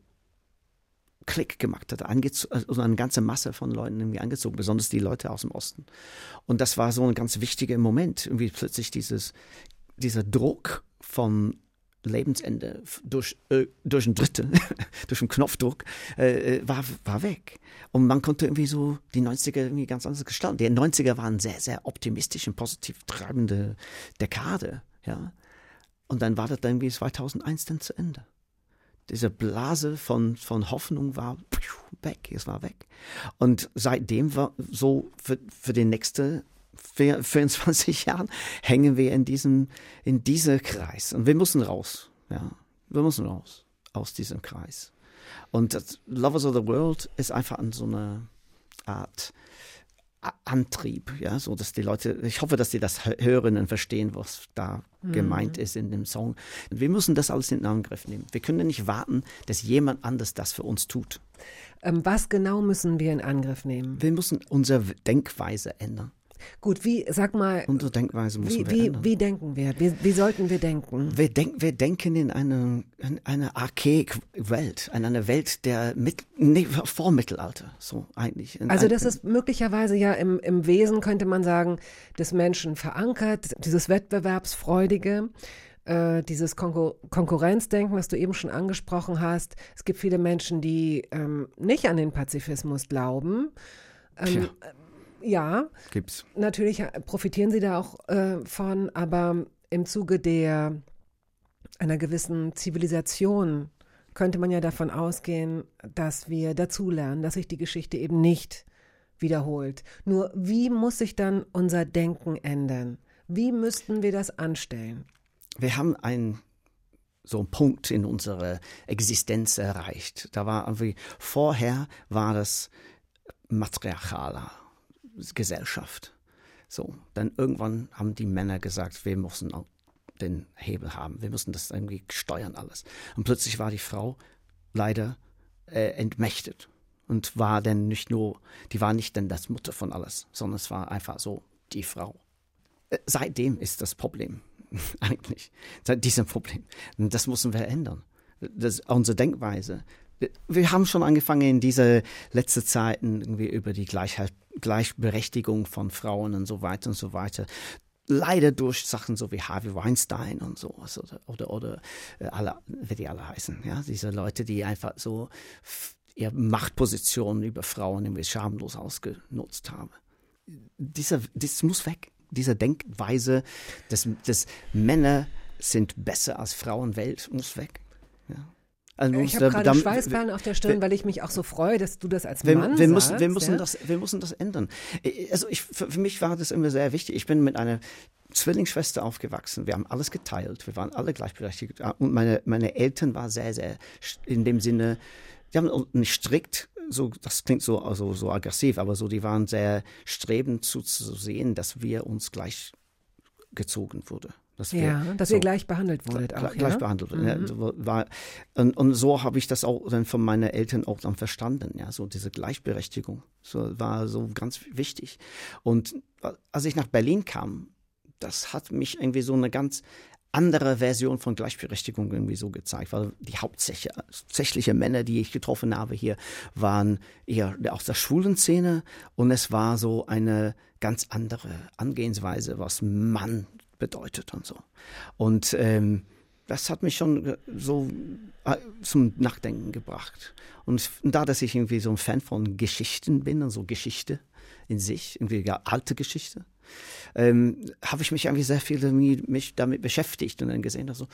C: Klick gemacht, hat angez- also eine ganze Masse von Leuten irgendwie angezogen, besonders die Leute aus dem Osten. Und das war so ein ganz wichtiger Moment, irgendwie plötzlich dieses, dieser Druck vom Lebensende f- durch, äh, durch einen Dritten, durch einen Knopfdruck, äh, war, war weg. Und man konnte irgendwie so die neunziger irgendwie ganz anders gestalten. Die neunziger waren sehr, sehr optimistisch und positiv treibende Dekade, ja. Und dann war das dann irgendwie zweitausendeins dann zu Ende. Diese Blase von, von Hoffnung war weg, es war weg. Und seitdem war so für, für die nächste vierundzwanzig Jahren hängen wir in diesem, in diesem Kreis. Und wir müssen raus, ja. Wir müssen raus aus diesem Kreis. Und das Lovers of the World ist einfach an so eine Art A- Antrieb, ja, so dass die Leute, ich hoffe, dass die das hö- hören und verstehen, was da
B: Mhm.
C: gemeint ist in dem Song. Wir müssen das alles in Angriff nehmen. Wir können nicht warten, dass jemand anders das für uns tut.
B: Ähm, was genau müssen wir in Angriff nehmen?
C: Wir müssen unsere Denkweise ändern.
B: Gut, wie, sag mal,
C: Unsere Denkweise müssen
B: wie,
C: wir
B: wie,
C: ändern.
B: wie denken wir? Wie, wie sollten wir denken?
C: Wir, denk, wir denken in eine, in eine Archaik-Welt, in eine Welt der mit, nee, vor Mittelalter, so eigentlich. In
B: Also
C: ein-
B: das ist möglicherweise ja im, im Wesen, könnte man sagen, des Menschen verankert, dieses Wettbewerbsfreudige, äh, dieses Konkur- Konkurrenzdenken, was du eben schon angesprochen hast. Es gibt viele Menschen, die ähm, nicht an den Pazifismus glauben, Ähm, ja,
C: gibt's.
B: Natürlich profitieren sie da auch äh, von, aber im Zuge der einer gewissen Zivilisation könnte man ja davon ausgehen, dass wir dazulernen, dass sich die Geschichte eben nicht wiederholt. Nur wie muss sich dann unser Denken ändern? Wie müssten wir das anstellen?
C: Wir haben einen so einen Punkt in unserer Existenz erreicht. Da war irgendwie, vorher war das matriarchale Gesellschaft. So, dann irgendwann haben die Männer gesagt, wir müssen auch den Hebel haben, wir müssen das irgendwie steuern alles. Und plötzlich war die Frau leider äh, entmächtet und war dann nicht nur, die war nicht dann das Mutter von alles, sondern es war einfach so die Frau. Äh, seitdem ist das Problem eigentlich, seit diesem Problem. Und das müssen wir ändern. Das ist unsere Denkweise. Wir haben schon angefangen in dieser letzten Zeiten irgendwie über die Gleichheit, Gleichberechtigung von Frauen und so weiter und so weiter. Leider durch Sachen so wie Harvey Weinstein und so oder oder, oder äh, alle, wie die alle heißen, ja, diese Leute, die einfach so ihre Machtpositionen über Frauen irgendwie schamlos ausgenutzt haben. Dieser, das muss weg. Diese Denkweise, dass, dass Männer sind besser als Frauen, Welt muss weg. Ja.
B: Also ich habe gerade Schweißperlen auf der Stirn, weil ich mich auch so freue, dass du das als
C: wir,
B: Mann
C: wir
B: sagst.
C: Müssen, wir, müssen
B: ja?
C: das, wir müssen das ändern. Also ich, für, für mich war das immer sehr wichtig. Ich bin mit einer Zwillingsschwester aufgewachsen. Wir haben alles geteilt. Wir waren alle gleichberechtigt. Und meine, meine Eltern waren sehr, sehr in dem Sinne, die haben nicht strikt, so, das klingt so, also, so aggressiv, aber so, die waren sehr strebend zu, zu sehen, dass wir uns gleich gezogen wurden. Dass wir,
B: ja, dass
C: so,
B: ihr gleich behandelt wurdet
C: gleich,
B: auch,
C: gleich
B: ja?
C: behandelt
B: Mhm.
C: ja, so war, und, und so habe ich das auch dann von meinen Eltern auch dann verstanden, ja, so diese Gleichberechtigung, so war so ganz wichtig. Und als ich nach Berlin kam, das hat mich irgendwie so eine ganz andere Version von Gleichberechtigung irgendwie so gezeigt, weil die hauptsächliche Männer, die ich getroffen habe hier, waren eher aus der schwulen Szene und es war so eine ganz andere Angehensweise, was Mann bedeutet und so. Und ähm, das hat mich schon so äh, zum Nachdenken gebracht. Und da, dass ich irgendwie so ein Fan von Geschichten bin und so Geschichte in sich, irgendwie alte Geschichte, ähm, habe ich mich irgendwie sehr viel damit, mich damit beschäftigt und dann gesehen, also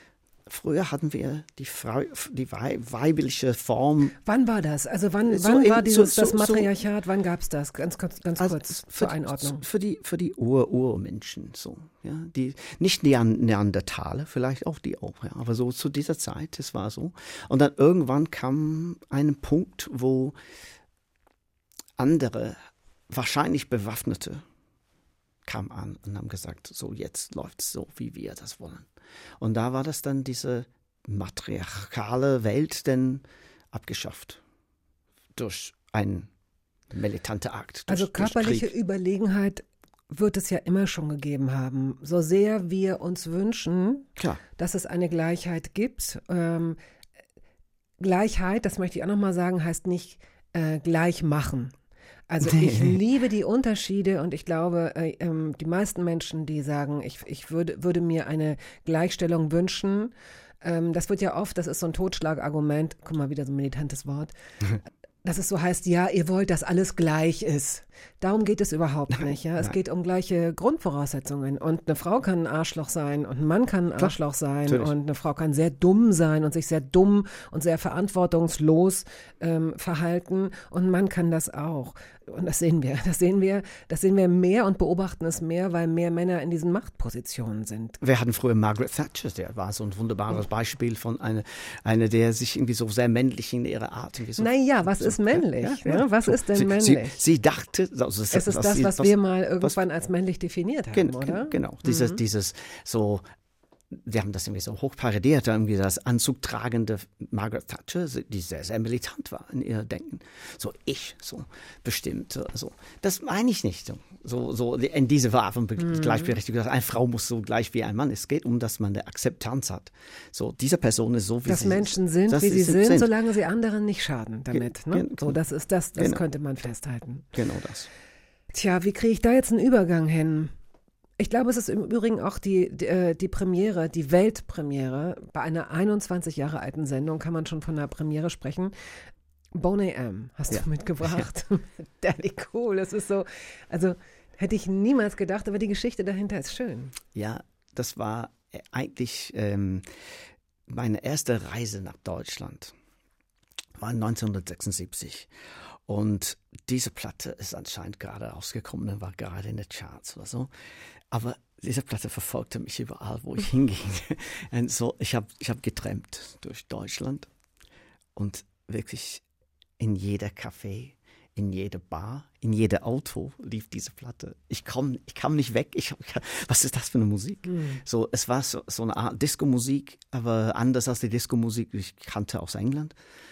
C: früher hatten wir die, Frau, die weibliche Form.
B: Wann war das? Also wann,
C: so
B: wann
C: in,
B: war dieses
C: so,
B: das
C: so,
B: Matriarchat? So, wann gab es das? Ganz, ganz, ganz
C: also
B: kurz
C: für,
B: zur Einordnung.
C: Für die, für die Ur-Urmenschen, so, ja, die, nicht Neandertaler, vielleicht auch die auch, ja, aber so zu dieser Zeit, das war so. Und dann irgendwann kam ein Punkt, wo andere, wahrscheinlich Bewaffnete, kamen an und haben gesagt, so jetzt läuft es so, wie wir das wollen. Und da war das dann diese matriarchale Welt denn abgeschafft durch einen militanten Akt. Durch,
B: also körperliche
C: durch
B: Überlegenheit wird es ja immer schon gegeben haben. So sehr wir uns wünschen,
C: Klar.
B: dass es eine Gleichheit gibt. Ähm, Gleichheit, das möchte ich auch nochmal sagen, heißt nicht äh, gleich machen. Also ich liebe die Unterschiede und ich glaube, äh, äh, die meisten Menschen, die sagen, ich, ich würde, würde mir eine Gleichstellung wünschen, ähm, das wird ja oft, das ist so ein Totschlagargument, guck mal, wieder so ein militantes Wort, dass es so heißt, ja, ihr wollt, dass alles gleich ist. Darum geht es überhaupt nicht. Ja? Es
C: Nein.
B: geht um gleiche Grundvoraussetzungen. Und eine Frau kann ein Arschloch sein und ein Mann kann ein Arschloch sein.
C: Natürlich.
B: Und eine Frau kann sehr dumm sein und sich sehr dumm und sehr verantwortungslos ähm, verhalten. Und ein Mann kann das auch. Und das sehen wir. Das sehen wir, das sehen wir mehr und beobachten es mehr, weil mehr Männer in diesen Machtpositionen sind.
C: Wir hatten früher Margaret Thatcher, der war so ein wunderbares Beispiel von einer, eine, der sich irgendwie so sehr männlich in ihrer Art irgendwie so.
B: Naja, was
C: so,
B: ist männlich?
C: Ja, ja,
B: ne? Was
C: so.
B: ist denn
C: sie,
B: männlich?
C: Sie, sie dachte, also
B: es ist das,
C: sie,
B: was, was wir mal irgendwann
C: was,
B: als männlich definiert haben,
C: gen,
B: oder?
C: Genau,
B: mhm.
C: dieses, dieses so, wir haben das irgendwie so hoch parodiert, irgendwie das anzugtragende Margaret Thatcher, die sehr, sehr militant war in ihr Denken. So ich, so bestimmt, so. Das meine ich nicht. So, so in diese Art von mhm. Gleichberechtigung, eine Frau muss so gleich wie ein Mann. Es geht um, dass man eine Akzeptanz hat. So, diese Person ist so, wie
B: dass
C: sie
B: Menschen
C: ist.
B: sind,
C: dass
B: wie sie sind,
C: sind,
B: solange sie anderen nicht schaden damit.
C: Ge-
B: Ne?
C: gen-
B: So, das ist das, das
C: genau.
B: könnte man festhalten.
C: Genau das.
B: Tja, wie kriege ich da jetzt einen Übergang hin? Ich glaube, es ist im Übrigen auch die, die, die Premiere, die Weltpremiere. Bei einer einundzwanzig Jahre alten Sendung kann man schon von einer Premiere sprechen. Boney M. hast
C: Ja.
B: du mitgebracht. Daddy Cool, das ist so, also hätte ich niemals gedacht, aber die Geschichte dahinter ist schön.
C: Ja, das war eigentlich ähm, meine erste Reise nach Deutschland. War neunzehnhundertsechsundsiebzig. Und diese Platte ist anscheinend gerade rausgekommen und war gerade in den Charts oder so. Aber diese Platte verfolgte mich überall, wo ich hinging. Und so, ich habe ich hab getrampt durch Deutschland und wirklich in jeder Café, in jeder Bar, in jedem Auto lief diese Platte. Ich komm, ich kam nicht weg. Ich, was ist das für eine Musik? Mhm. So, es war so, so eine Art Disco-Musik, aber anders als die Disco-Musik, die ich kannte aus England.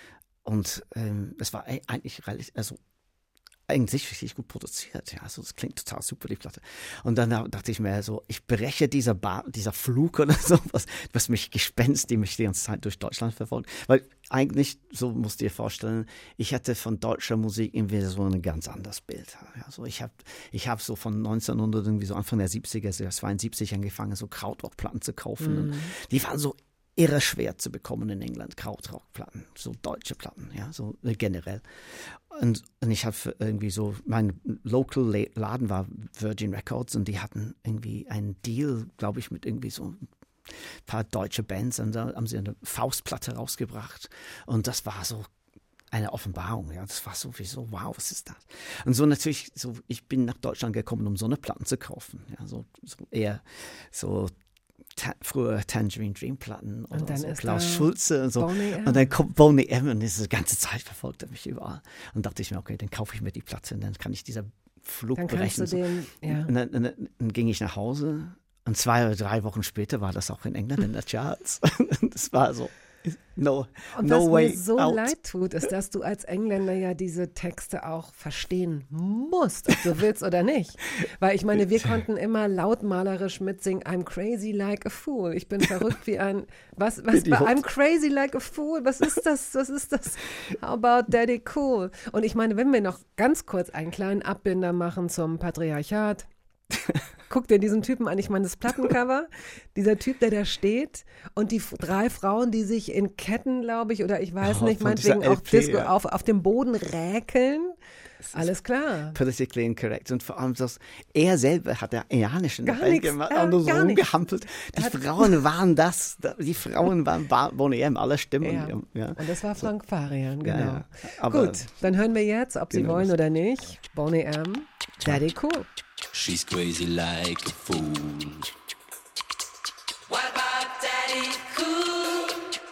C: Und ähm, es war eigentlich relativ, also eigentlich richtig gut produziert. Ja, also das klingt total super, die Platte. Und dann dachte ich mir so, ich breche dieser Bar, dieser Flug oder so, was, was mich Gespenst, die mich die ganze Zeit durch Deutschland verfolgt. Weil eigentlich, so musst du dir vorstellen, ich hatte von deutscher Musik irgendwie so ein ganz anderes Bild. Ja, so ich habe ich hab so von neunzehnhundert, irgendwie so Anfang der siebziger, so zweiundsiebzig angefangen, so Krautrockplatten zu kaufen. Mhm. Und die waren so irre schwer zu bekommen in England, Krautrockplatten, so deutsche Platten, ja, so generell. Und, und ich habe irgendwie so, mein Local Laden war Virgin Records und die hatten irgendwie einen Deal, glaube ich, mit irgendwie so ein paar deutsche Bands und da haben sie eine Faustplatte rausgebracht und das war so eine Offenbarung, ja, das war sowieso, wow, was ist das? Und so natürlich, so ich bin nach Deutschland gekommen, um so eine Platten zu kaufen, ja, so, so eher so Ta- früher Tangerine Dream Platten oder
B: und dann
C: so
B: ist
C: Klaus Schulze und so.
B: Boney M.
C: Und dann kommt Boney M. und diese ganze Zeit verfolgt er mich überall. Und dachte ich mir, okay, dann kaufe ich mir die Platte und dann kann ich dieser Flug
B: Dann kannst
C: berechnen.
B: du den, ja.
C: Und dann, dann, dann ging ich nach Hause und zwei oder drei Wochen später war das auch in England in der Charts. Das war so, no,
B: Und
C: no
B: was
C: way
B: mir so
C: out.
B: leid tut, ist, dass du als Engländer ja diese Texte auch verstehen musst, ob du willst oder nicht. Weil ich meine, wir konnten immer lautmalerisch mitsingen, I'm crazy like a fool. Ich bin verrückt wie ein, was, was,
C: Idiot.
B: I'm crazy like a fool, was ist das, was ist das? How about Daddy Cool? Und ich meine, wenn wir noch ganz kurz einen kleinen Abbinder machen zum Patriarchat, guck dir diesen Typen an, ich meine das Plattencover, dieser Typ, der da steht und die f- drei Frauen, die sich in Ketten, glaube ich, oder ich weiß
C: Oh,
B: nicht,
C: von
B: meinetwegen
C: dieser
B: auch
C: L P,
B: Disco,
C: ja.
B: auf, auf dem Boden räkeln. Alles klar.
C: Politically incorrect. Und vor allem, das, er selber hat der iranischen
B: Gar
C: Band
B: nichts,
C: gemacht
B: er hat
C: und nur so
B: gar nichts.
C: rumgehampelt. Die
B: Er hat-
C: Frauen waren das, die Frauen waren Ba- Boney M, alle Stimmen.
B: Ja.
C: Ja.
B: Und das war Frank Farian, genau.
C: Ja, ja. Aber
B: Gut, dann hören wir jetzt, ob Sie
C: Genau.
B: wollen oder nicht, Boney M, Daddy Cool.
E: She's crazy like a fool. What about Daddy Cool?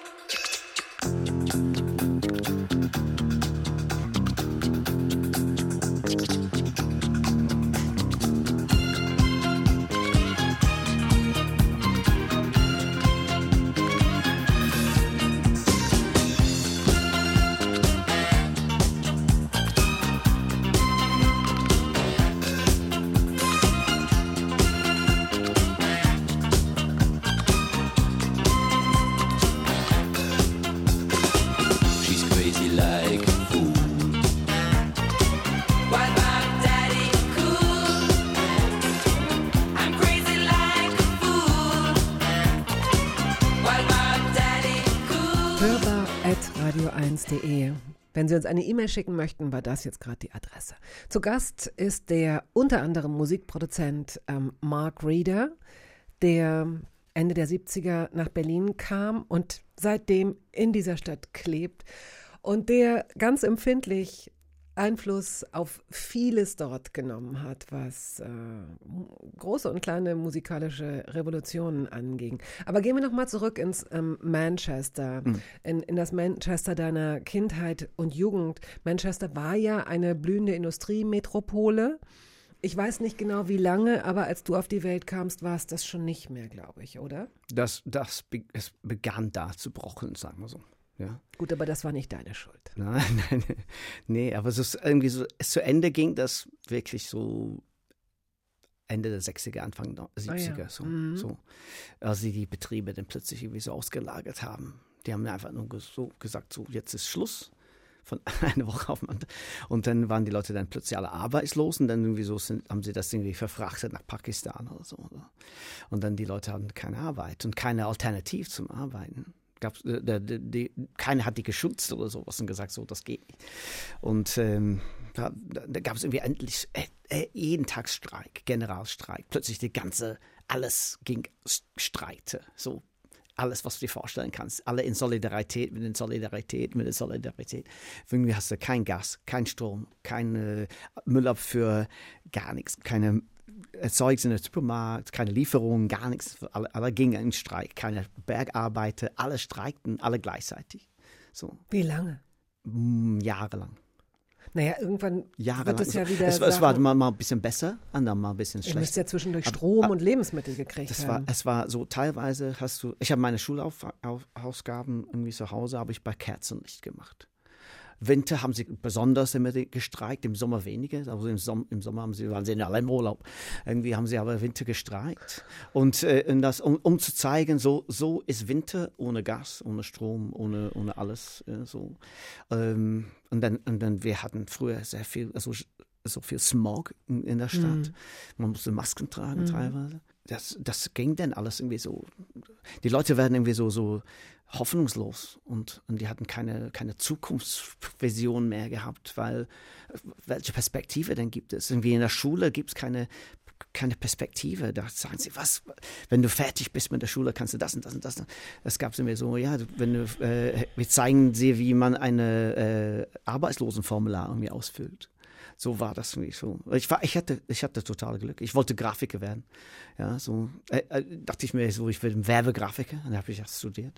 E: She's crazy like a fool. What about Daddy Cool? I'm crazy like a fool. What about Daddy Cool?
B: hörbar at radio eins punkt de. Wenn Sie uns eine E-Mail schicken möchten, war das jetzt gerade die Adresse. Zu Gast ist der unter anderem Musikproduzent ähm, Mark Reeder, der Ende der siebziger nach Berlin kam und seitdem in dieser Stadt klebt und der ganz empfindlich Einfluss auf vieles dort genommen hat, was äh, große und kleine musikalische Revolutionen anging. Aber gehen wir nochmal zurück ins ähm, Manchester, mhm. in, in das Manchester deiner Kindheit und Jugend. Manchester war ja eine blühende Industriemetropole. Ich weiß nicht genau, wie lange, aber als du auf die Welt kamst, war es das schon nicht mehr, glaube ich, oder?
C: Das, das be- es begann da zu brockeln, sagen wir so. Ja.
B: Gut, aber das war nicht deine Schuld.
C: Nein, nein, nee, aber es ist irgendwie so, es zu Ende ging das wirklich so Ende der sechziger, Anfang der siebziger,
B: Ah, ja.
C: so,
B: Mhm.
C: so, als sie die Betriebe dann plötzlich irgendwie so ausgelagert haben. Die haben einfach nur so gesagt, so jetzt ist Schluss. Von einer Woche auf die andere. Und dann waren die Leute dann plötzlich alle arbeitslos und dann irgendwie so sind, haben sie das irgendwie verfrachtet nach Pakistan oder so. Oder? Und dann die Leute hatten keine Arbeit und keine Alternative zum Arbeiten. gab's, äh, die, die, keiner hat die geschützt oder sowas und gesagt, so, das geht nicht. Und ähm, da, da gab es irgendwie endlich äh, äh, jeden Tag Streik, Generalstreik. Plötzlich die ganze, alles ging streikte, so. Alles, was du dir vorstellen kannst. Alle in Solidarität mit der Solidarität, mit der Solidarität. Irgendwie hast du kein Gas, kein Strom, keine Müllabfuhr, gar nichts. Keine Erzeugnisse in der Supermarkt, keine Lieferungen, gar nichts. Alle, alle gingen in Streik. Keine Bergarbeiter, alle streikten, alle gleichzeitig. So.
B: Wie lange?
C: Jahrelang.
B: Naja, irgendwann
C: Jahrelang.
B: wird es ja wieder
C: es, es war
B: Sachen,
C: mal, mal ein bisschen besser, dann mal ein bisschen
B: ihr
C: schlechter.
B: müsst ja zwischendurch
C: Aber-
B: Strom
C: aber-
B: und Lebensmittel gekriegt
C: Das war,
B: haben.
C: es war so, teilweise hast du, ich habe meine Schulaufgaben irgendwie zu Hause, habe ich bei Kerzenlicht gemacht. Winter haben sie besonders immer gestreikt, im Sommer weniger. Also im, Som- im Sommer haben sie, waren sie alle im Urlaub. Irgendwie haben sie aber Winter gestreikt. Und, äh, und das, um, um zu zeigen, so, so ist Winter ohne Gas, ohne Strom, ohne, ohne alles. Äh, so. Ähm, und, dann, und dann, wir hatten früher sehr viel, also so viel Smog in, in der Stadt.
B: Mhm.
C: Man musste Masken tragen
B: Mhm.
C: teilweise. Das, das ging dann alles irgendwie so. Die Leute werden irgendwie so, so hoffnungslos und, und die hatten keine, keine Zukunftsvision mehr gehabt, weil welche Perspektive denn gibt es? Irgendwie in der Schule gibt es keine, keine Perspektive. Da sagen sie, was, wenn du fertig bist mit der Schule, kannst du das und das und das. Das gab es irgendwie so, ja, wenn du, äh, wir zeigen dir, wie man eine äh, Arbeitslosenformular irgendwie ausfüllt. So war das für mich so. Ich, war, ich, hatte, ich hatte total Glück. Ich wollte Grafiker werden. Ja, so äh, äh, dachte ich mir so, ich will ein Werbegrafiker. Und dann habe ich das studiert.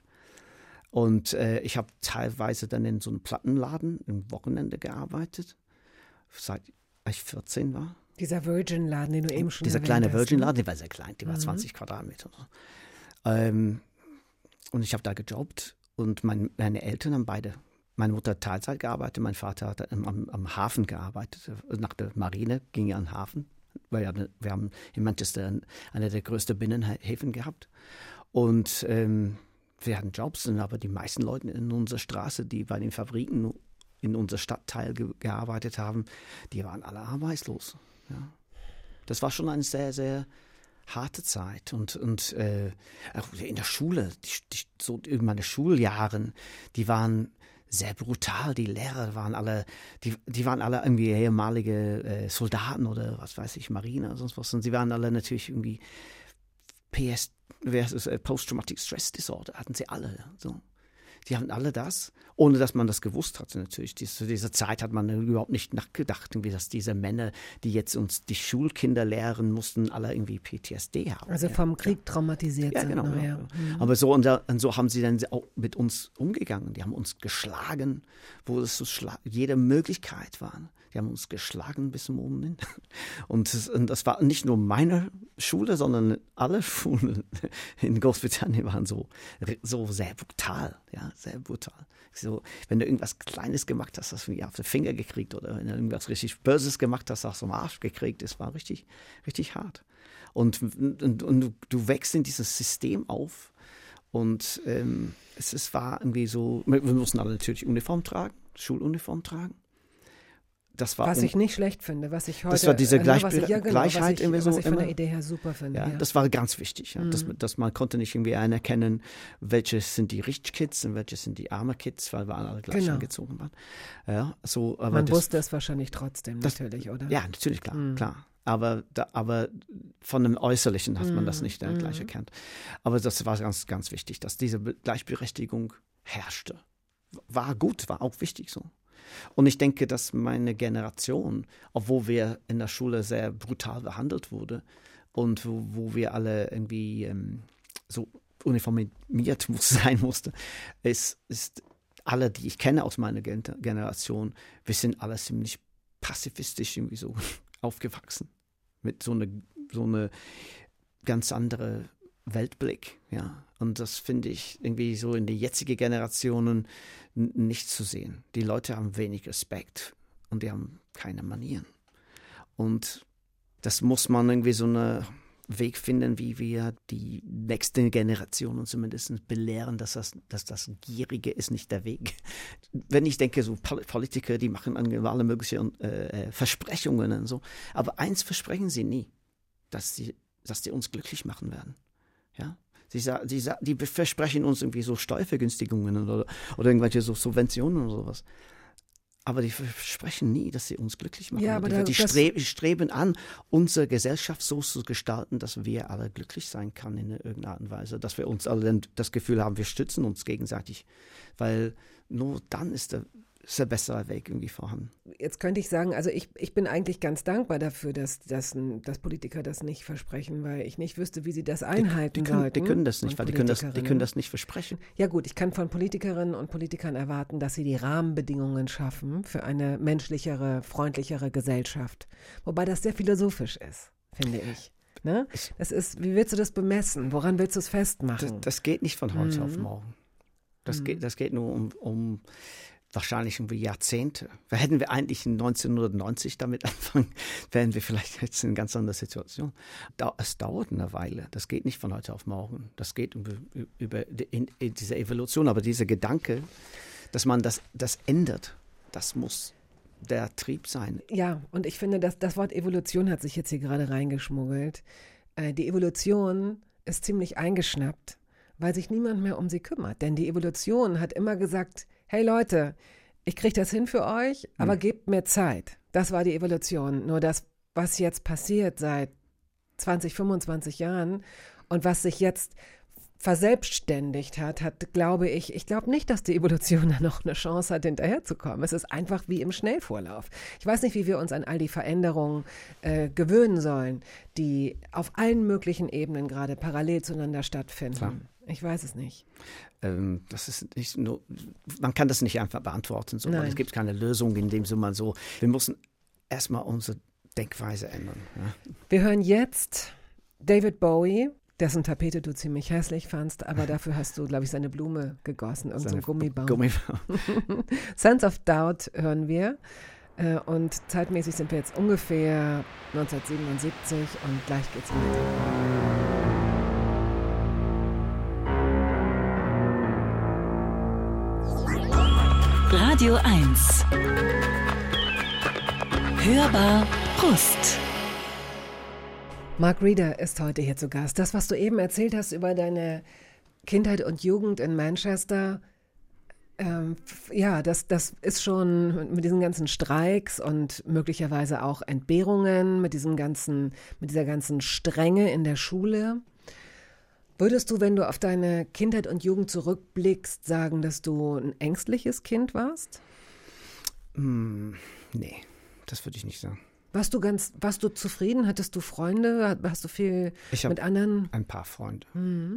C: Und äh, ich habe teilweise dann in so einem Plattenladen im Wochenende gearbeitet, seit ich vierzehn war.
B: Dieser Virgin-Laden, den du eben schon
C: Dieser
B: erwähnt
C: kleine
B: hast, ne?
C: Virgin-Laden, der war sehr klein, die war
B: Mhm.
C: zwanzig Quadratmeter. Oder so. Ähm, und ich habe da gejobbt und mein, meine Eltern haben beide. Meine Mutter hat Teilzeit gearbeitet, mein Vater hat am, am, am Hafen gearbeitet. Nach der Marine ging er an den Hafen. Weil wir, wir haben in Manchester eine der größten Binnenhäfen gehabt. Und ähm, wir hatten Jobs, aber die meisten Leute in unserer Straße, die bei den Fabriken in unser Stadtteil ge gearbeitet haben, die waren alle arbeitslos. Ja. Das war schon eine sehr, sehr harte Zeit. Und, und äh, auch in der Schule, die, die, so in meinen Schuljahren, die waren sehr brutal. Die Lehrer waren alle, die, die waren alle irgendwie ehemalige äh, Soldaten oder was weiß ich, Marine oder sonst was. Und sie waren alle natürlich irgendwie P S, wer ist es, äh, Post-Traumatic Stress Disorder, hatten sie alle. So. Die hatten alle das, ohne dass man das gewusst hatte natürlich. Dies, zu dieser Zeit hat man überhaupt nicht nachgedacht, irgendwie, dass diese Männer, die jetzt uns die Schulkinder lehren mussten, alle irgendwie P T S D haben.
B: Also vom Krieg traumatisiert
C: Ja,
B: sind.
C: genau.
B: noch,
C: Ja.
B: ja. Mhm.
C: Aber so und, da, und so haben sie dann auch mit uns umgegangen. Die haben uns geschlagen, wo es so schla- jede Möglichkeit war. Die haben uns geschlagen bis zum Oben hin. Und, das- und das war nicht nur meine Schule, sondern alle Schulen in Großbritannien waren so, so sehr brutal. Ja, sehr brutal. So, wenn du irgendwas Kleines gemacht hast, hast du auf den Finger gekriegt oder wenn du irgendwas richtig Böses gemacht hast, hast du am Arsch gekriegt. Das war richtig, richtig hart. Und, und, und du, du wächst in dieses System auf und ähm, es, es war irgendwie so, wir mussten alle natürlich Uniform tragen, Schuluniform tragen. Das war
B: Was
C: un-
B: ich nicht schlecht finde, was ich heute...
C: Das war diese
B: äh, ne,
C: Gleich-
B: was ich, ja, genau,
C: Gleichheit
B: was ich,
C: irgendwie so
B: was ich von der
C: immer.
B: Idee her super finde.
C: Ja,
B: Ja,
C: das war ganz wichtig, ja.
B: Mhm.
C: dass, dass man konnte nicht irgendwie anerkennen, welche sind die Rich Kids und welche sind die arme Kids, weil wir alle gleich
B: Genau.
C: angezogen waren. Ja, so, aber
B: Man
C: das,
B: wusste es wahrscheinlich trotzdem,
C: das-
B: natürlich, oder?
C: Ja, natürlich, klar,
B: Mhm.
C: klar. Aber, da, aber von dem Äußerlichen hat man das
B: Mhm.
C: nicht äh, gleich
B: Mhm.
C: erkannt. Aber das war ganz, ganz wichtig, dass diese Be- Gleichberechtigung herrschte. War gut, war auch wichtig so. Und ich denke, dass meine Generation, obwohl wir in der Schule sehr brutal behandelt wurde und wo, wo wir alle irgendwie ähm, so uniformiert muss, sein musste, ist, ist alle, die ich kenne aus meiner Gen Generation, wir sind alle ziemlich pazifistisch irgendwie so aufgewachsen. Mit so eine, so eine ganz andere Weltblick, ja. Und das finde ich irgendwie so in die jetzige Generationen n- nicht zu sehen. Die Leute haben wenig Respekt und die haben keine Manieren. Und das muss man irgendwie so einen Weg finden, wie wir die nächste Generation zumindest belehren, dass das, dass das Gierige ist nicht der Weg. Wenn ich denke, so Pol- Politiker, die machen alle möglichen äh, Versprechungen und so. Aber eins versprechen sie nie, dass sie, dass sie uns glücklich machen werden. Ja? Sie, sa- sie, sa- die versprechen uns irgendwie so Steuervergünstigungen oder, oder irgendwelche so Subventionen oder sowas. Aber die versprechen nie, dass sie uns glücklich machen.
B: Ja, aber
C: die
B: da-
C: die
B: das-
C: stre streben an, unsere Gesellschaft so zu gestalten, dass wir alle glücklich sein können in irgendeiner Art und Weise. Dass wir uns alle dann das Gefühl haben, wir stützen uns gegenseitig. Weil nur dann ist der, ist der bessere Weg irgendwie vorhanden.
B: Jetzt könnte ich sagen, also ich, ich bin eigentlich ganz dankbar dafür, dass, dass, dass Politiker das nicht versprechen, weil ich nicht wüsste, wie sie das einhalten
C: Die, die, können,
B: sollten.
C: die können das nicht,
B: Und
C: weil die können das, die
B: Politikerinnen.
C: können das nicht versprechen.
B: Ja gut, ich kann von Politikerinnen und Politikern erwarten, dass sie die Rahmenbedingungen schaffen für eine menschlichere, freundlichere Gesellschaft. Wobei das sehr philosophisch ist, finde ich. Ne? Das ist, wie willst du das bemessen? Woran willst du es
C: Das,
B: festmachen?
C: das geht nicht von heute
B: Mhm.
C: auf morgen. Das,
B: Mhm.
C: geht, das geht nur um, um wahrscheinlich irgendwie Jahrzehnte. Hätten wir eigentlich neunzehnhundertneunzig damit anfangen, wären wir vielleicht jetzt in einer ganz anderen Situation. Da, es dauert eine Weile. Das geht nicht von heute auf morgen. Das geht über, über die, in, in diese Evolution. Aber dieser Gedanke, dass man das, das ändert, das muss der Trieb sein.
B: Ja, und ich finde, dass das Wort Evolution hat sich jetzt hier gerade reingeschmuggelt. Äh, die Evolution ist ziemlich eingeschnappt, weil sich niemand mehr um sie kümmert. Denn die Evolution hat immer gesagt, hey Leute, ich kriege das hin für euch, aber
C: Hm.
B: gebt mir Zeit. Das war die Evolution. Nur das, was jetzt passiert seit zwanzig, fünfundzwanzig Jahren und was sich jetzt verselbstständigt hat, hat, glaube ich, ich glaube nicht, dass die Evolution da noch eine Chance hat, hinterherzukommen. Es ist einfach wie im Schnellvorlauf. Ich weiß nicht, wie wir uns an all die Veränderungen äh, gewöhnen sollen, die auf allen möglichen Ebenen gerade parallel zueinander stattfinden.
C: Klar.
B: Ich weiß es nicht.
C: Ähm, das ist nicht nur, man kann das nicht einfach beantworten. So, weil
B: Nein.
C: es gibt keine Lösung, in dem Sinne mal so. Wir müssen erstmal unsere Denkweise ändern. Ja.
B: Wir hören jetzt David Bowie, dessen Tapete du ziemlich hässlich fandst, aber dafür hast du, glaube ich, seine Blume gegossen, irgendein
C: Seine
B: Gummibaum.
C: Gummibaum.
B: Sense of Doubt hören wir. Äh, Und zeitmäßig sind wir jetzt ungefähr neunzehnhundertsiebenundsiebzig und gleich geht's weiter.
A: Radio eins. Hörbar Brust.
B: Mark Reeder ist heute hier zu Gast. Das, was du eben erzählt hast über deine Kindheit und Jugend in Manchester, ähm, f- ja, das, das ist schon mit diesen ganzen Streiks und möglicherweise auch Entbehrungen, mit diesem ganzen, mit dieser ganzen Strenge in der Schule. Würdest du, wenn du auf deine Kindheit und Jugend zurückblickst, sagen, dass du ein ängstliches Kind warst?
C: Hm, nee, das würde ich nicht sagen.
B: Warst du ganz, warst du zufrieden? Hattest du Freunde? Hast du viel
C: Ich habe
B: mit anderen?
C: ein paar Freunde.
B: Mhm.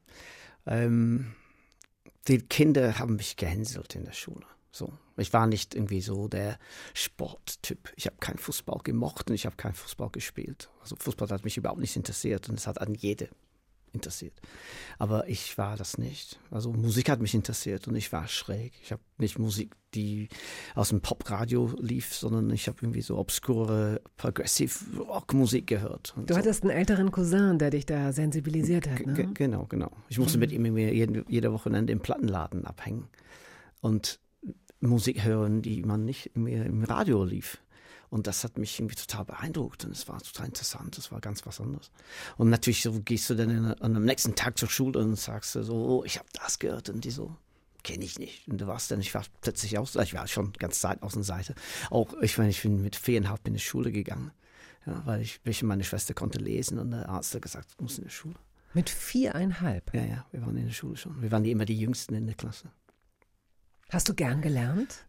C: Ähm, die Kinder haben mich gehänselt in der Schule. So. Ich war nicht irgendwie so der Sporttyp. Ich habe keinen Fußball gemocht und ich habe keinen Fußball gespielt. Also Fußball hat mich überhaupt nicht interessiert und es hat an jede interessiert. Aber ich war das nicht. Also Musik hat mich interessiert und ich war schräg. Ich habe nicht Musik, die aus dem Popradio lief, sondern ich habe irgendwie so obskure Progressive Rockmusik gehört. Und
B: Du
C: so.
B: hattest einen älteren Cousin, der dich da sensibilisiert hat,
C: G-
B: ne?
C: g- Genau, genau. Ich musste mit ihm immer jede, jede Wochenende im Plattenladen abhängen und Musik hören, die man nicht mehr im Radio lief. Und das hat mich irgendwie total beeindruckt und es war total interessant, das war ganz was anderes. Und natürlich so gehst du dann in, an am nächsten Tag zur Schule und sagst so, oh, ich habe das gehört und die so, kenne ich nicht. Und du warst dann, ich war plötzlich aus, ich war schon ganz Zeit Außenseite. Auch ich meine, ich bin mit viereinhalb in die Schule gegangen, ja, weil ich, ich meine Schwester konnte lesen und der Arzt hat gesagt, du musst in die Schule.
B: Mit viereinhalb.
C: Ja, ja, wir waren in der Schule schon. Wir waren die, immer die Jüngsten in der Klasse.
B: Hast du gern gelernt?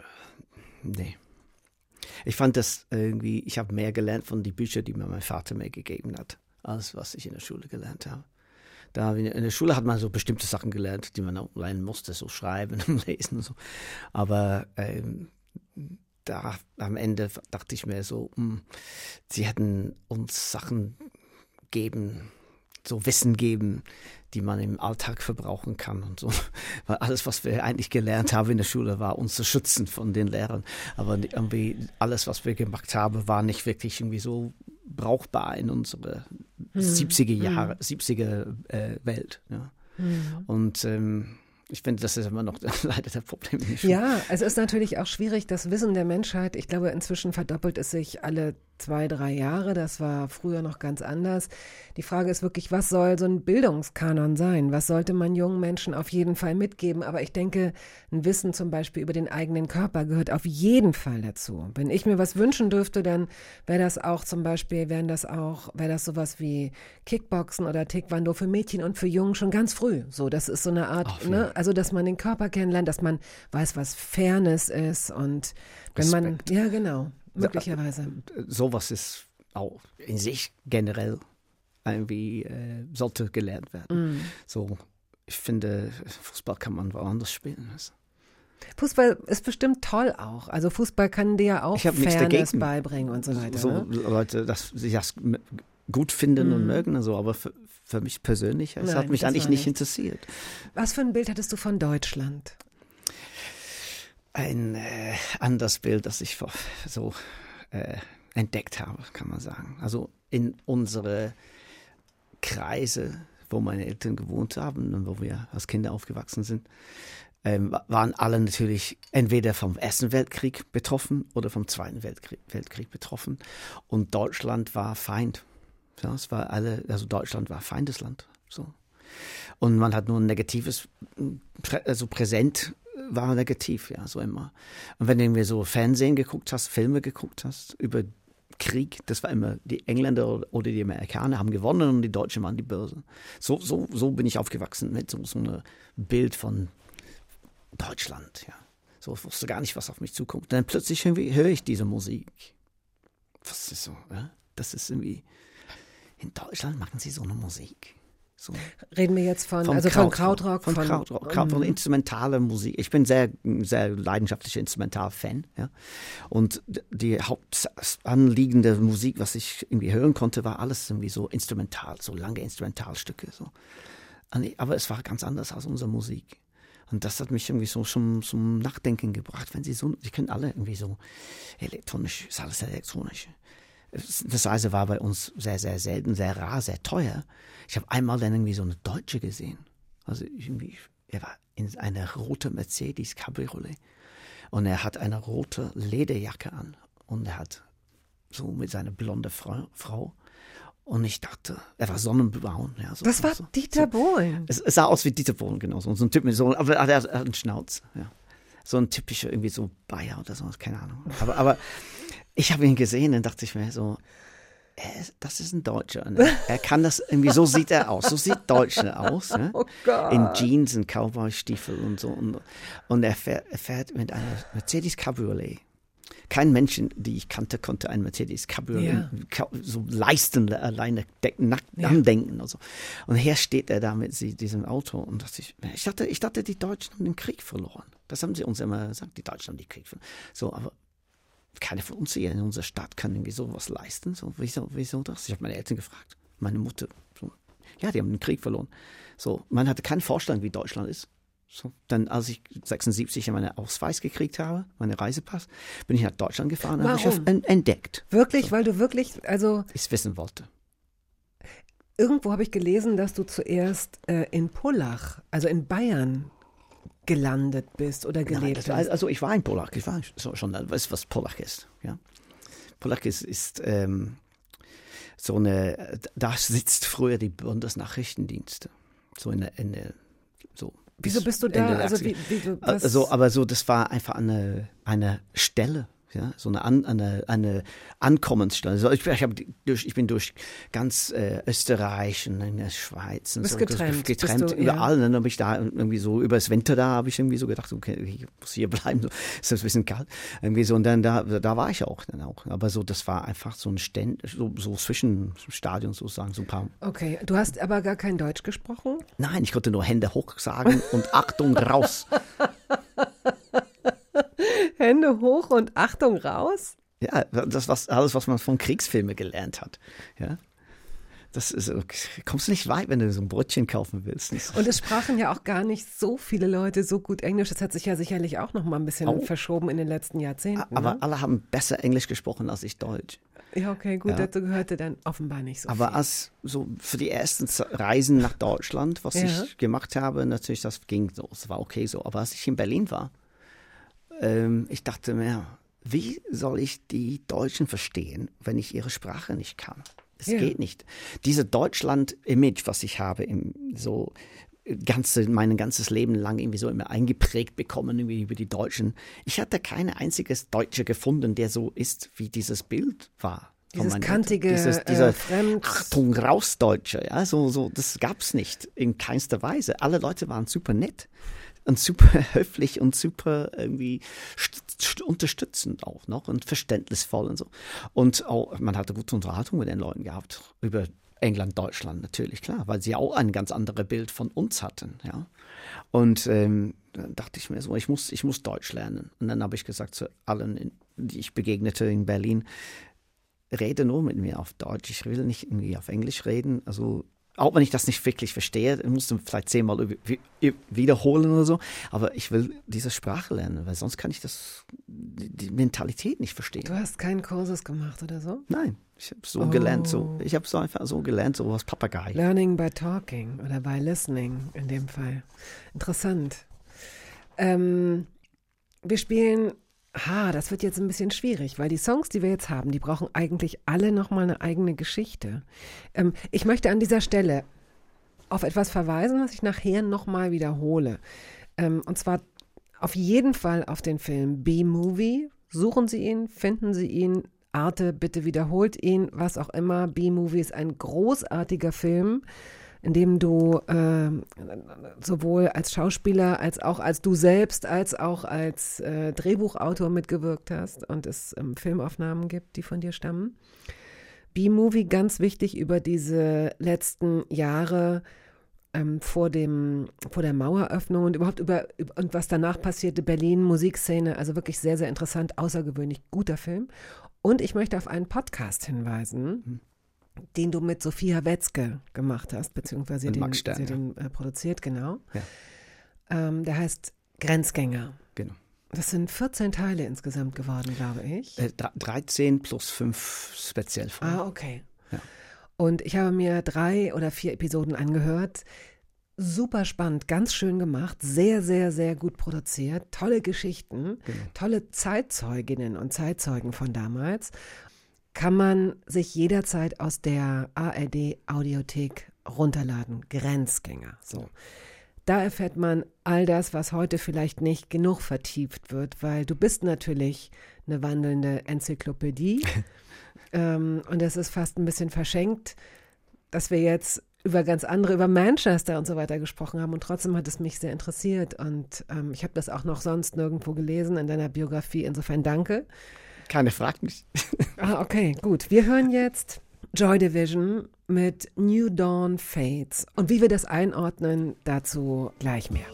C: Nee. Ich fand das irgendwie, ich habe mehr gelernt von den Büchern, die mir mein Vater mir gegeben hat, als was ich in der Schule gelernt habe. Da in der Schule hat man so bestimmte Sachen gelernt, die man auch lernen musste, so schreiben und lesen und so. Aber ähm, da am Ende dachte ich mir so, mh, sie hätten uns Sachen geben, so Wissen geben, die man im Alltag verbrauchen kann und so. Weil alles, was wir eigentlich gelernt haben in der Schule, war uns zu schützen von den Lehrern. Aber irgendwie alles, was wir gemacht haben, war nicht wirklich irgendwie so brauchbar in unsere
B: Hm.
C: siebziger Jahre, siebziger äh, Welt. Ja.
B: Hm.
C: Und ähm, ich finde, das ist immer noch leider das Problem in der Schule.
B: Ja, es ist natürlich auch schwierig, das Wissen der Menschheit, ich glaube, inzwischen verdoppelt es sich alle zwei, drei Jahre. Das war früher noch ganz anders. Die Frage ist wirklich, was soll so ein Bildungskanon sein? Was sollte man jungen Menschen auf jeden Fall mitgeben? Aber ich denke, ein Wissen zum Beispiel über den eigenen Körper gehört auf jeden Fall dazu. Wenn ich mir was wünschen dürfte, dann wäre das auch zum Beispiel, wären das auch, wäre das sowas wie Kickboxen oder Taekwondo für Mädchen und für Jungen schon ganz früh. So, das ist so eine Art,
C: Ach,
B: ne, also dass man den Körper kennenlernt, dass man weiß, was Fairness ist und wenn
C: Respekt.
B: man, ja genau. Möglicherweise.
C: Sowas ist auch in sich generell irgendwie äh, sollte gelernt werden.
B: Mm.
C: So, ich finde, Fußball kann man woanders spielen. Also,
B: Fußball ist bestimmt toll auch. Also Fußball kann dir ja auch
C: Ich hab nichts
B: Fairness
C: dagegen.
B: beibringen und so weiter.
C: so
B: ne?
C: Leute, dass sie das m- gut finden und
B: Mm.
C: mögen und so, aber für, für mich persönlich, es
B: Nein,
C: hat mich
B: das
C: eigentlich
B: war
C: nicht
B: nichts.
C: interessiert.
B: Was für ein Bild hattest du von Deutschland?
C: Ein äh, anderes Bild, das ich vor- so äh, entdeckt habe, kann man sagen. Also in unsere Kreise, wo meine Eltern gewohnt haben und wo wir als Kinder aufgewachsen sind, ähm, waren alle natürlich entweder vom Ersten Weltkrieg betroffen oder vom Zweiten Weltkrieg, Weltkrieg betroffen. Und Deutschland war Feind. Ja, es war alle, also Deutschland war Feindesland. So. Und man hat nur ein negatives, prä- also präsent war negativ, ja, so immer. Und wenn du mir so Fernsehen geguckt hast, Filme geguckt hast über Krieg, das war immer, die Engländer oder die Amerikaner haben gewonnen und die Deutschen waren die Böse. So, so, so bin ich aufgewachsen mit so, so einem Bild von Deutschland, ja. So, ich wusste gar nicht, was auf mich zukommt. Dann plötzlich irgendwie höre ich diese Musik. Was ist so, ja? Das ist irgendwie, in Deutschland machen sie so eine Musik. So.
B: Reden wir jetzt von,
C: Vom
B: also von Krautrock?
C: Von, Krautrock, Kraut, von
B: Mhm.
C: instrumentale Musik. Ich bin sehr, sehr leidenschaftlicher Instrumental-Fan. Ja. Und die hauptanliegende Musik, was ich irgendwie hören konnte, war alles irgendwie so instrumental, so lange Instrumentalstücke. So. Aber es war ganz anders als unsere Musik. Und das hat mich irgendwie so schon zum Nachdenken gebracht. Wenn sie so, die können alle irgendwie so elektronisch, ist alles elektronisch. Das Reise war bei uns sehr, sehr selten, sehr rar, sehr teuer. Ich habe einmal dann irgendwie so eine Deutsche gesehen. Also irgendwie, er war in einer roten Mercedes Cabriolet und er hat eine rote Lederjacke an und er hat so mit seiner blonde Frau, Frau und ich dachte, er war sonnenbraun. Ja, so,
B: Das war
C: so,
B: Dieter
C: so.
B: Bohlen.
C: Es, es sah aus wie Dieter Bohlen, genau. So, so ein Typ mit so, aber er hat, er hat einen Schnauz. Ja. So ein typischer, irgendwie so Bayer oder so, keine Ahnung. Aber, aber ich habe ihn gesehen und dachte ich mir so, er, das ist ein Deutscher. Ne? Er kann das irgendwie, so sieht er aus. So sieht Deutscher aus. Ne?
B: Oh Gott.
C: In Jeans und Cowboy-Stiefel und so. Und, und er, fährt, er fährt mit einer Mercedes Cabriolet. Kein Mensch, die ich kannte, konnte ein Mercedes Cabriolet
B: Ja.
C: so leisten, alleine decken, nackt
B: Ja.
C: andenken und so. Und hier steht er da mit sie, diesem Auto und dachte ich, ich dachte, ich dachte, die Deutschen haben den Krieg verloren. Das haben sie uns immer gesagt, die Deutschen haben den Krieg verloren. So, aber keiner von uns hier in unserer Stadt kann irgendwie sowas leisten. So, wieso, wieso das? Ich habe meine Eltern gefragt, meine Mutter. So, ja, die haben den Krieg verloren. So, man hatte keine Vorstellung, wie Deutschland ist. So, dann, als ich sechsundsiebzig meinen Ausweis gekriegt habe, meinen Reisepass, bin ich nach Deutschland gefahren und habe ich
B: Warum?
C: en- entdeckt,
B: Wirklich, weil du wirklich, also
C: ich es wissen wollte.
B: irgendwo habe ich gelesen, dass du zuerst äh, in Pullach, also in Bayern, gelandet bist oder
C: Nein,
B: gelebt
C: das war,
B: hast.
C: also ich war in Pullach, ich war so, schon, weiß, was Pullach ist. Ja? Pullach ist, ist ähm, so eine, da sitzt früher die Bundesnachrichtendienste. So in der, in der so
B: Wieso
C: bis
B: bist du
C: Ende
B: da?
C: der
B: Also,
C: achtziger.
B: wie, wie, du- was,
C: Also, aber so, das war einfach eine, eine Stelle, ja, so eine, An, eine, eine Ankommensstelle. Also ich, ich, hab die- durch, ich bin durch ganz äh, Österreich und in der Schweiz und
B: Bist
C: so
B: getrennt, bist
C: getrennt
B: du,
C: überall. Und dann habe ich da irgendwie so übers Winter da habe ich irgendwie so gedacht, okay, ich muss hier bleiben, so, ist das ein bisschen kalt irgendwie so. Und dann da, da war ich auch dann auch. Aber so, das war einfach so ein Ständ, so, so Zwischenstadion sozusagen, so ein paar.
B: okay, du hast aber gar kein Deutsch gesprochen?
C: Nein, ich konnte nur Hände hoch sagen und Achtung raus.
B: Hände hoch und Achtung raus?
C: Ja, das was alles, was man von Kriegsfilmen gelernt hat. Ja, das ist, kommst nicht weit, wenn du so ein Brötchen kaufen willst.
B: Und es sprachen ja auch gar nicht so viele Leute so gut Englisch. Das hat sich ja sicherlich auch noch mal ein bisschen
C: Oh.
B: verschoben in den letzten Jahrzehnten.
C: Aber
B: ne?
C: alle haben besser Englisch gesprochen als ich Deutsch.
B: Ja, okay, gut,
C: Ja.
B: dazu gehörte dann offenbar nicht so
C: Aber
B: viel.
C: als so für die ersten Z- Reisen nach Deutschland, was
B: Ja.
C: ich gemacht habe, natürlich, das ging so, es war okay so. Aber als ich in Berlin war, ähm, ich dachte mir, wie soll ich die Deutschen verstehen, wenn ich ihre Sprache nicht kann? Es
B: Ja.
C: geht nicht. Diese Deutschland-Image, was ich habe, im, so ganze, mein ganzes Leben lang irgendwie so immer eingeprägt bekommen irgendwie über die Deutschen. Ich hatte kein einziges Deutsche gefunden, der so ist, wie dieses Bild war. von
B: Dieses
C: meinen
B: kantige,
C: Eltern. Dieses, dieser
B: äh, Fremd...
C: Achtung, raus, Deutsche. Ja, so, so, das gab's nicht in keinster Weise. Alle Leute waren super nett und super höflich und super irgendwie st- st- unterstützend auch noch und verständnisvoll und so. Und auch, man hatte gute Unterhaltung mit den Leuten gehabt über England, Deutschland natürlich, klar, weil sie auch ein ganz anderes Bild von uns hatten, ja. Und ähm, dann dachte ich mir so, ich muss, ich muss Deutsch lernen. Und dann habe ich gesagt zu allen, die ich begegnete in Berlin, rede nur mit mir auf Deutsch. Ich will nicht irgendwie auf Englisch reden. Also auch wenn ich das nicht wirklich verstehe, musst du vielleicht zehnmal wiederholen oder so. Aber ich will diese Sprache lernen, weil sonst kann ich das, die, die Mentalität nicht verstehen.
B: Du hast keinen Kursus gemacht oder so?
C: Nein, ich habe so
B: Oh.
C: gelernt, so ich habe so einfach so gelernt, so was Papagei.
B: Learning by talking oder by listening in dem Fall. Interessant. Ähm, wir spielen, ha, das wird jetzt ein bisschen schwierig, weil die Songs, die wir jetzt haben, die brauchen eigentlich alle nochmal eine eigene Geschichte. Ähm, ich möchte an dieser Stelle auf etwas verweisen, was ich nachher nochmal wiederhole. Ähm, und zwar auf jeden Fall auf den Film B-Movie. Suchen Sie ihn, finden Sie ihn. Arte, bitte wiederholt ihn, was auch immer. B-Movie ist ein großartiger Film, in dem du äh, sowohl als Schauspieler, als auch als du selbst, als auch als äh, Drehbuchautor mitgewirkt hast und es ähm, Filmaufnahmen gibt, die von dir stammen. B-Movie, ganz wichtig über diese letzten Jahre ähm, vor dem, vor der Maueröffnung und überhaupt über, über und was danach passierte, Berlin, Musikszene, also wirklich sehr, sehr interessant, außergewöhnlich guter Film. Und ich möchte auf einen Podcast hinweisen,
C: Hm.
B: den du mit Sophia Wetzke gemacht hast, beziehungsweise
C: Und
B: den,
C: Max Stern,
B: sie
C: ja.
B: den äh, produziert, genau.
C: Ja.
B: Ähm, der heißt Grenzgänger.
C: Genau.
B: Das sind vierzehn Teile insgesamt geworden, glaube ich.
C: Äh, dreizehn plus fünf speziell.
B: Ah, okay.
C: Ja.
B: Und ich habe mir drei oder vier Episoden angehört. Super spannend, ganz schön gemacht, sehr, sehr, sehr gut produziert, tolle Geschichten,
C: Genau.
B: tolle Zeitzeuginnen und Zeitzeugen von damals. Kann man sich jederzeit aus der A R D-Audiothek runterladen. Grenzgänger. So. Da erfährt man all das, was heute vielleicht nicht genug vertieft wird, weil du bist natürlich eine wandelnde Enzyklopädie. ähm, und es ist fast ein bisschen verschenkt, dass wir jetzt über ganz andere, über Manchester und so weiter gesprochen haben. Und trotzdem hat es mich sehr interessiert. Und ähm, ich habe das auch noch sonst nirgendwo gelesen in deiner Biografie. Insofern danke.
C: Keine Frage mich.
B: Ah, okay, gut. Wir hören jetzt Joy Division mit New Dawn Fades. Und wie wir das einordnen, dazu gleich mehr.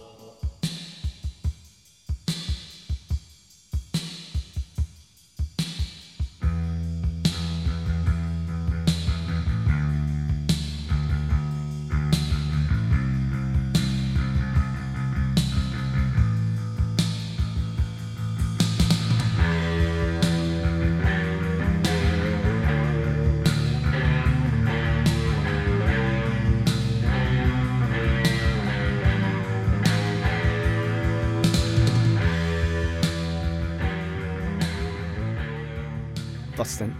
C: Was denn?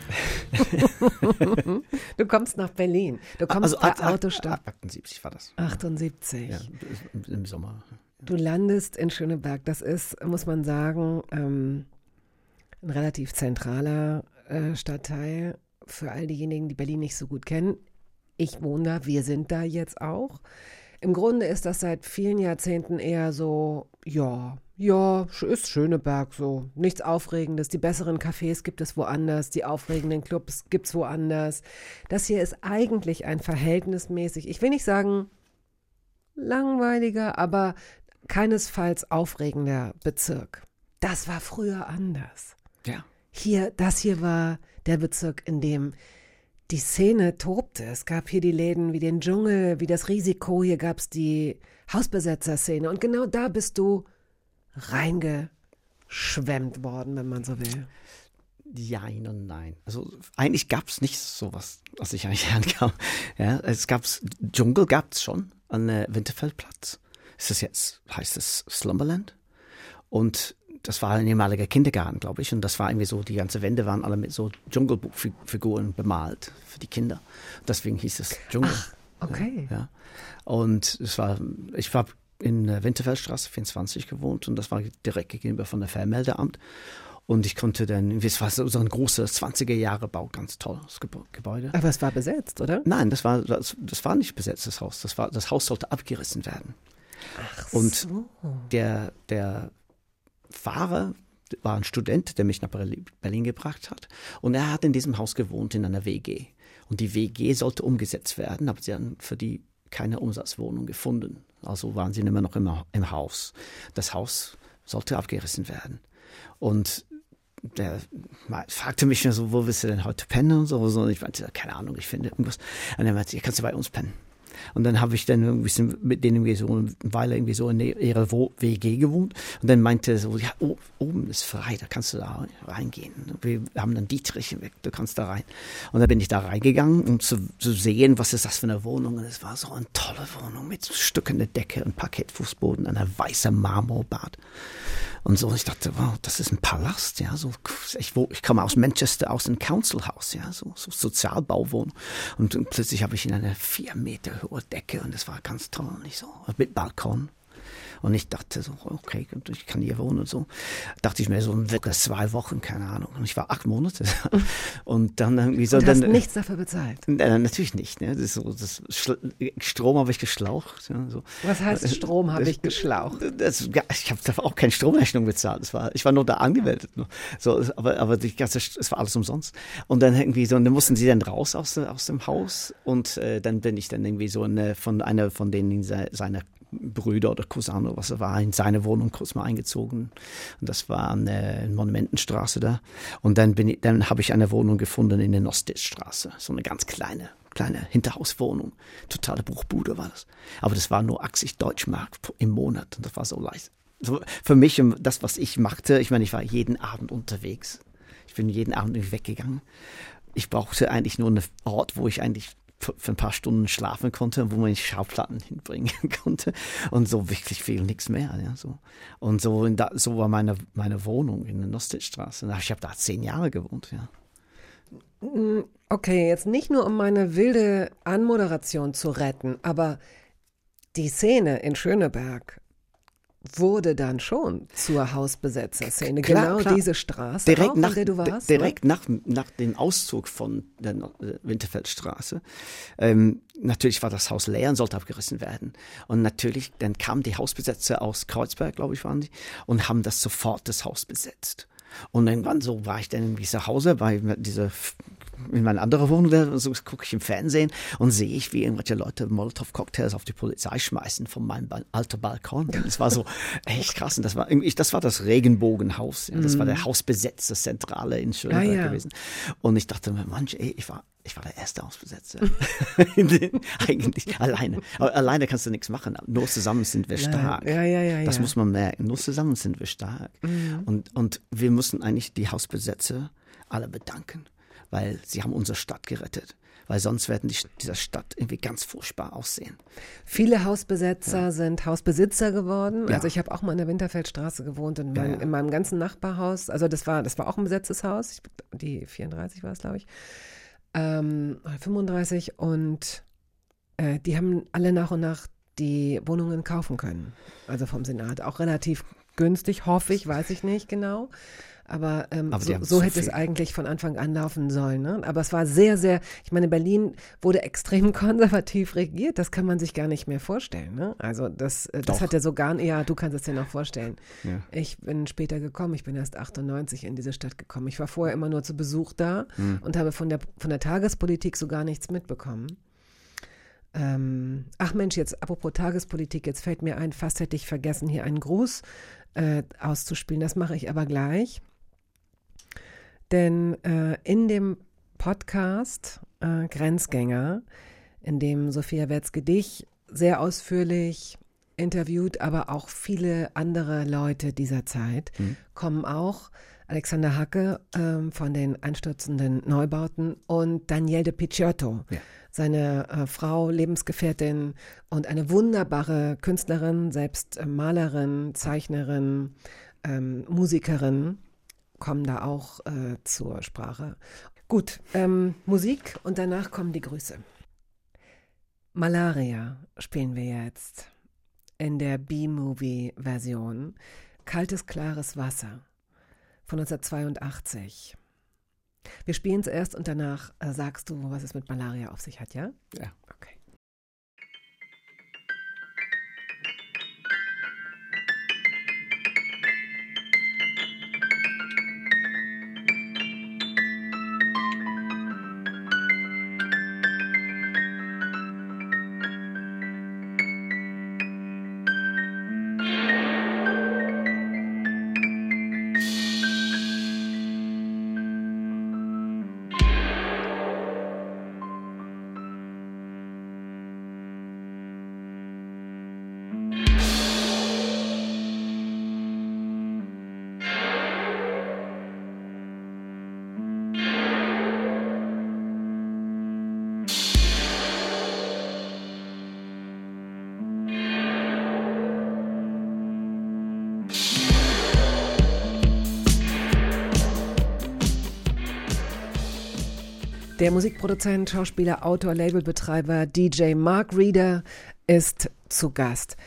B: Du kommst nach Berlin. Du kommst
C: also,
B: per
C: akt- akt-
B: Autostopp.
C: achtundsiebzig war das.
B: achtundsiebzig.
C: Ja, im, im Sommer.
B: Du landest in Schöneberg. Das ist, muss man sagen, ähm, ein relativ zentraler äh, Stadtteil für all diejenigen, die Berlin nicht so gut kennen. Ich wohne da, wir sind da jetzt auch. Im Grunde ist das seit vielen Jahrzehnten eher so, ja, ja, ist Schöneberg so. Nichts Aufregendes. Die besseren Cafés gibt es woanders, die aufregenden Clubs gibt es woanders. Das hier ist eigentlich ein verhältnismäßig, ich will nicht sagen langweiliger, aber keinesfalls aufregender Bezirk. Das war früher anders.
C: Ja.
B: Hier, das hier war der Bezirk, in dem die Szene tobte. Es gab hier die Läden wie den Dschungel, wie das Risiko. Hier gab es die Hausbesetzerszene. Und genau da bist du reingeschwemmt worden, wenn man so will.
C: Jein und nein. Also eigentlich gab es nicht sowas, was ich eigentlich herkam. Ja, es gab's, Dschungel gab es schon an äh, Winterfeldplatz. Ist das jetzt, heißt es Slumberland? Und das war ein ehemaliger Kindergarten, glaube ich. Und das war irgendwie so, die ganze Wände waren alle mit so Dschungelbuchfiguren bemalt für die Kinder. Deswegen hieß es Dschungel.
B: Ach, okay.
C: Ja, ja. Und es war, ich habe in der Winterfeldstraße vierundzwanzig gewohnt und das war direkt gegenüber von der Vermeldeamt. Und ich konnte dann, es war so ein großes zwanziger-Jahre-Bau, ganz tolles Gebäude.
B: Aber es war besetzt, oder?
C: Nein, das war, das, das war nicht besetztes Haus. Das, war, das Haus sollte abgerissen werden.
B: Ach
C: Und
B: so.
C: der, der Fahrer war ein Student, der mich nach Berlin gebracht hat. Und er hat in diesem Haus gewohnt, in einer W G. Und die W G sollte umgesetzt werden, aber sie haben für die keine Umsatzwohnung gefunden. Also waren sie immer noch im, im Haus. Das Haus sollte abgerissen werden. Und der fragte mich so, wo willst du denn heute pennen und so. Und ich meinte, keine Ahnung, ich finde irgendwas. Und er meinte, kannst du bei uns pennen? Und dann habe ich dann ein bisschen mit denen irgendwie so eine Weile irgendwie so in ihrer W G gewohnt. Und dann meinte er so, ja, oh, oben ist frei, da kannst du da reingehen. Wir haben dann Dietrich weg, du kannst da rein. Und dann bin ich da reingegangen, um zu, zu sehen, was ist das für eine Wohnung. Und es war so eine tolle Wohnung mit Stücken der Decke, ein Parkettfußboden, ein weißer Marmorbad. Und so, ich dachte, wow, das ist ein Palast, ja, so, ich, wo, ich komme aus Manchester, aus einem Council House, ja, so, so Sozialbauwohnung. Und, und plötzlich habe ich in einer vier Meter hohe Decke und das war ganz toll, und ich so, mit Balkon. Und ich dachte so, okay, ich kann hier wohnen und so. Dachte ich mir so, wirklich zwei Wochen, keine Ahnung. Und ich war acht Monate. Und dann irgendwie so.
B: Und hast
C: dann,
B: nichts dafür bezahlt?
C: Äh, natürlich nicht. Ne? Das ist so, das Strom habe ich geschlaucht. Ja, so.
B: Was heißt Strom habe ich geschlaucht?
C: Das, ich habe auch keine Stromrechnung bezahlt. Das war, ich war nur da angemeldet. So, aber aber die ganze, es war alles umsonst. Und dann irgendwie so, und dann mussten sie dann raus aus, aus dem Haus. Und äh, dann bin ich dann irgendwie so eine, von einer von denen seiner Brüder oder Cousin oder was er war, in seine Wohnung kurz mal eingezogen. Und das war eine, eine Monumentenstraße da. Und dann bin ich, dann habe ich eine Wohnung gefunden in der Nostitzstraße. So eine ganz kleine, kleine Hinterhauswohnung. Totale Bruchbude war das. Aber das war nur achtzig Deutschmark im Monat. Und das war so leicht. So für mich, das, was ich machte, ich meine, ich war jeden Abend unterwegs. Ich bin jeden Abend irgendwie weggegangen. Ich brauchte eigentlich nur einen Ort, wo ich eigentlich für ein paar Stunden schlafen konnte, wo man die Schallplatten hinbringen konnte und so wirklich viel, nichts mehr. Ja, so. Und so, in da, so war meine, meine Wohnung in der Nostitzstraße. Ich habe da zehn Jahre gewohnt. Ja.
B: Okay, jetzt nicht nur um meine wilde Anmoderation zu retten, aber die Szene in Schöneberg wurde dann schon zur Hausbesetzerszene.
C: Klar,
B: genau
C: klar.
B: diese Straße,
C: direkt
B: auch,
C: nach,
B: in der du warst.
C: Direkt nach, nach dem Auszug von der Winterfeldstraße. Ähm, natürlich war das Haus leer und sollte abgerissen werden. Und natürlich, dann kamen die Hausbesetzer aus Kreuzberg, glaube ich, waren die, und haben das sofort das Haus besetzt. Und irgendwann so war ich dann irgendwie zu Hause bei dieser, in meiner anderen Wohnung, da so gucke ich im Fernsehen und sehe ich, wie irgendwelche Leute Molotow-Cocktails auf die Polizei schmeißen von meinem ba- alten Balkon. Und das war so echt krass. Und das war irgendwie, das war das Regenbogenhaus. Ja, das mm. war der Hausbesetzerzentrale in Schöneberg ah, ja. gewesen. Und ich dachte mir, Mensch, ey, ich war Ich war der erste Hausbesetzer. Eigentlich alleine. Aber alleine kannst du nichts machen. Nur zusammen sind wir stark.
B: Ja, ja, ja,
C: das
B: ja.
C: muss man merken. Nur zusammen sind wir stark. Mhm. Und, und wir müssen eigentlich die Hausbesetzer alle bedanken, weil sie haben unsere Stadt gerettet. Weil sonst werden die, dieser Stadt irgendwie ganz furchtbar aussehen.
B: Viele Hausbesetzer ja. sind Hausbesitzer geworden.
C: Ja.
B: Also ich habe auch mal in der Winterfeldstraße gewohnt, in, mein,
C: ja, ja.
B: in meinem ganzen Nachbarhaus. Also das war, das war auch ein besetztes Haus. Ich, die vierunddreißig war es, glaube ich. Ähm, fünfunddreißig und äh, die haben alle nach und nach die Wohnungen kaufen können. Also vom Senat. Auch relativ günstig, hoffe ich, weiß ich nicht genau. Aber, ähm,
C: Aber
B: so, so hätte es eigentlich von Anfang an laufen sollen. Ne? Aber es war sehr, sehr, ich meine, Berlin wurde extrem konservativ regiert. Das kann man sich gar nicht mehr vorstellen. Ne? Also das, das hat ja so gar nicht, ja, du kannst es dir noch vorstellen.
C: Ja.
B: Ich bin später gekommen, ich bin erst achtundneunzig in diese Stadt gekommen. Ich war vorher immer nur zu Besuch da mhm. und habe von der, von der Tagespolitik so gar nichts mitbekommen. Ähm, ach Mensch, jetzt apropos Tagespolitik, jetzt fällt mir ein, fast hätte ich vergessen, hier einen Gruß äh, auszuspielen. Das mache ich aber gleich. Denn äh, in dem Podcast äh, Grenzgänger, in dem Sophia Wetzke dich sehr ausführlich interviewt, aber auch viele andere Leute dieser Zeit, mhm. kommen auch Alexander Hacke ähm, von den einstürzenden Neubauten und Danielle de Picciotto, ja. seine äh, Frau, Lebensgefährtin und eine wunderbare Künstlerin, selbst äh, Malerin, Zeichnerin, ähm, Musikerinnen kommen da auch äh, zur Sprache. Gut, ähm, Musik und danach kommen die Grüße. Malaria spielen wir jetzt in der B-Movie-Version. Kaltes, klares Wasser von neunzehnhundertzweiundachtzig. Wir spielen es erst und danach äh, sagst du, was es mit Malaria auf sich hat, ja?
C: Ja.
B: Okay. Der Musikproduzent, Schauspieler, Autor, Labelbetreiber D J Mark Reeder ist zu Gast.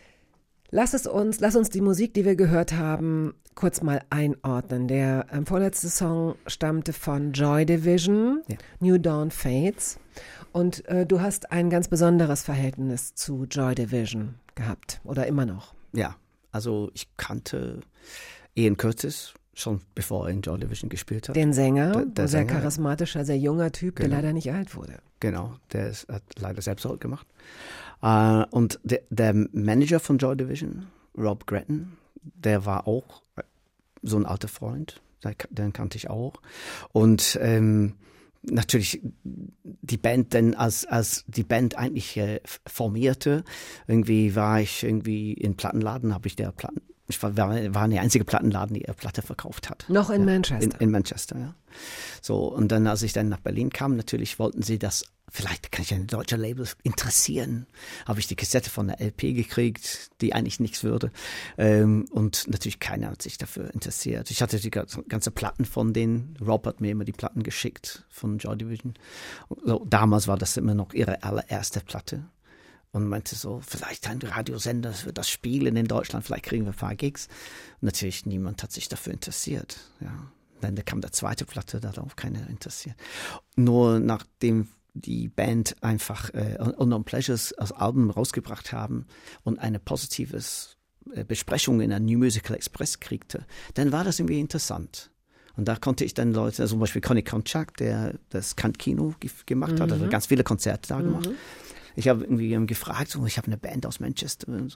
B: Lass es uns, lass uns die Musik, die wir gehört haben, kurz mal einordnen. Der ähm, vorletzte Song stammte von Joy Division, ja. New Dawn Fades. Und äh, du hast ein ganz besonderes Verhältnis zu Joy Division gehabt oder immer noch.
C: Ja, also ich kannte Ian Curtis schon bevor er in Joy Division gespielt hat.
B: Den Sänger,
C: der, der
B: sehr
C: Sänger,
B: charismatischer, sehr junger Typ,
C: genau.
B: der leider nicht alt wurde.
C: Genau, der ist, hat leider Selbstmord gemacht. Uh, und der, der Manager von Joy Division, Rob Gretton, der war auch so ein alter Freund, den kannte ich auch. Und ähm, natürlich die Band, denn als, als die Band eigentlich äh, formierte, irgendwie war ich irgendwie in Plattenladen, habe ich der Platten Ich war, war der einzige Plattenladen, die ihre Platte verkauft hat.
B: Noch in
C: ja,
B: Manchester?
C: In, in Manchester, ja. So, und dann, als ich dann nach Berlin kam, natürlich wollten sie das, vielleicht kann ich ein deutscher Label interessieren. Habe ich die Kassette von der L P gekriegt, die eigentlich nichts würde. Ähm, und natürlich keiner hat sich dafür interessiert. Ich hatte die ganze, ganze Platten von denen. Rob hat mir immer die Platten geschickt von Joy Division. So, damals war das immer noch ihre allererste Platte. Und meinte so, vielleicht ein Radiosender für das Spielen in Deutschland, vielleicht kriegen wir ein paar Gigs. Und natürlich, niemand hat sich dafür interessiert. Ja. Dann kam der zweite Platte, da hat auch keiner interessiert. Nur nachdem die Band einfach äh, Unknown Pleasures als Album rausgebracht haben und eine positive äh, Besprechung in der New Musical Express kriegte, dann war das irgendwie interessant. Und da konnte ich dann Leute, also zum Beispiel Conny Konchak, der das Kant-Kino ge- gemacht mhm. hat, also ganz viele Konzerte da mhm. gemacht. Ich habe irgendwie gefragt, so, ich habe eine Band aus Manchester. So.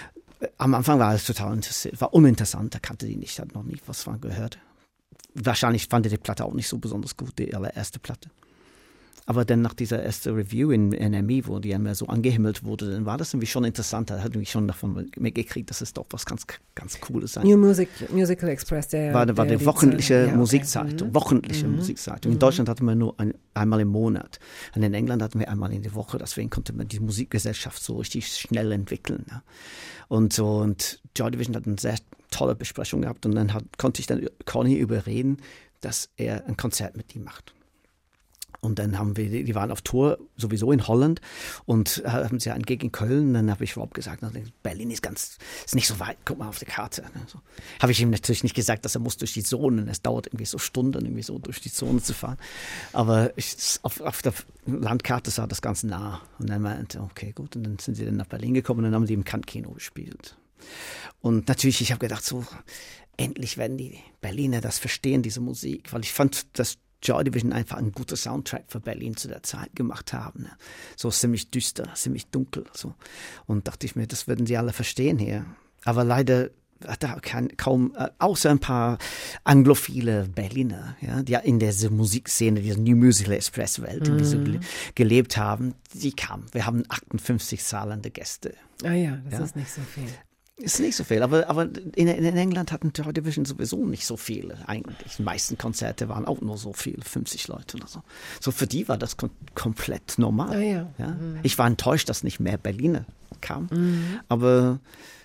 C: Am Anfang war es total interessiert, war uninteressant, da kannte die nicht, hat noch nie was von gehört. Wahrscheinlich fand er die Platte auch nicht so besonders gut, die allererste Platte. Aber dann nach dieser ersten Review in N M E, wo die einmal so angehimmelt wurde, dann war das irgendwie schon interessant. Da hat mich schon davon mitgekriegt, dass es doch was ganz, ganz Cooles sein.
B: New Music, Musical Express, der
C: war, war
B: der
C: die wöchentliche
B: ja,
C: Musikzeitung.
B: Okay.
C: Wöchentliche
B: mhm.
C: Musikzeitung. In
B: mhm.
C: Deutschland hatten wir nur ein, einmal im Monat. Und in England hatten wir einmal in der Woche. Deswegen konnte man die Musikgesellschaft so richtig schnell entwickeln. Ja. Und so, und Joy Division hat eine sehr tolle Besprechung gehabt. Und dann hat, konnte ich dann Conny überreden, dass er ein Konzert mit ihm macht. Und dann haben wir, die waren auf Tour sowieso in Holland und haben sie einen Gig in Köln. Dann habe ich Rob gesagt, Berlin ist ganz, ist nicht so weit, guck mal auf die Karte. So. Habe ich ihm natürlich nicht gesagt, dass er muss durch die Zonen. Es dauert irgendwie so Stunden, irgendwie so durch die Zone zu fahren. Aber ich, auf, auf der Landkarte sah das ganz nah. Und dann meinte er, okay, gut. Und dann sind sie dann nach Berlin gekommen und dann haben sie im Kant-Kino gespielt. Und natürlich, ich habe gedacht, so, endlich werden die Berliner das verstehen, diese Musik. Weil ich fand, dass Joy Division einfach einen guten Soundtrack für Berlin zu der Zeit gemacht haben. Ne? So ziemlich düster, ziemlich dunkel. So. Und dachte ich mir, das würden sie alle verstehen hier. Aber leider hat da kein, kaum, äh, außer ein paar anglophile Berliner, ja, die in dieser Musikszene, dieser New Musical Express Welt, in die sie gele- gelebt haben, die kamen. Wir haben achtundfünfzig zahlende Gäste.
B: Ah ja, das
C: ja.
B: ist nicht so viel.
C: Ist nicht so viel, aber, aber in, in England hatten Joy Division sowieso nicht so viele eigentlich. Die meisten Konzerte waren auch nur so viele, fünfzig Leute oder so. So für die war das kom- komplett normal.
B: Ah, ja.
C: Ja?
B: Mhm.
C: Ich war enttäuscht, dass nicht mehr Berliner kamen,
B: Mhm.
C: aber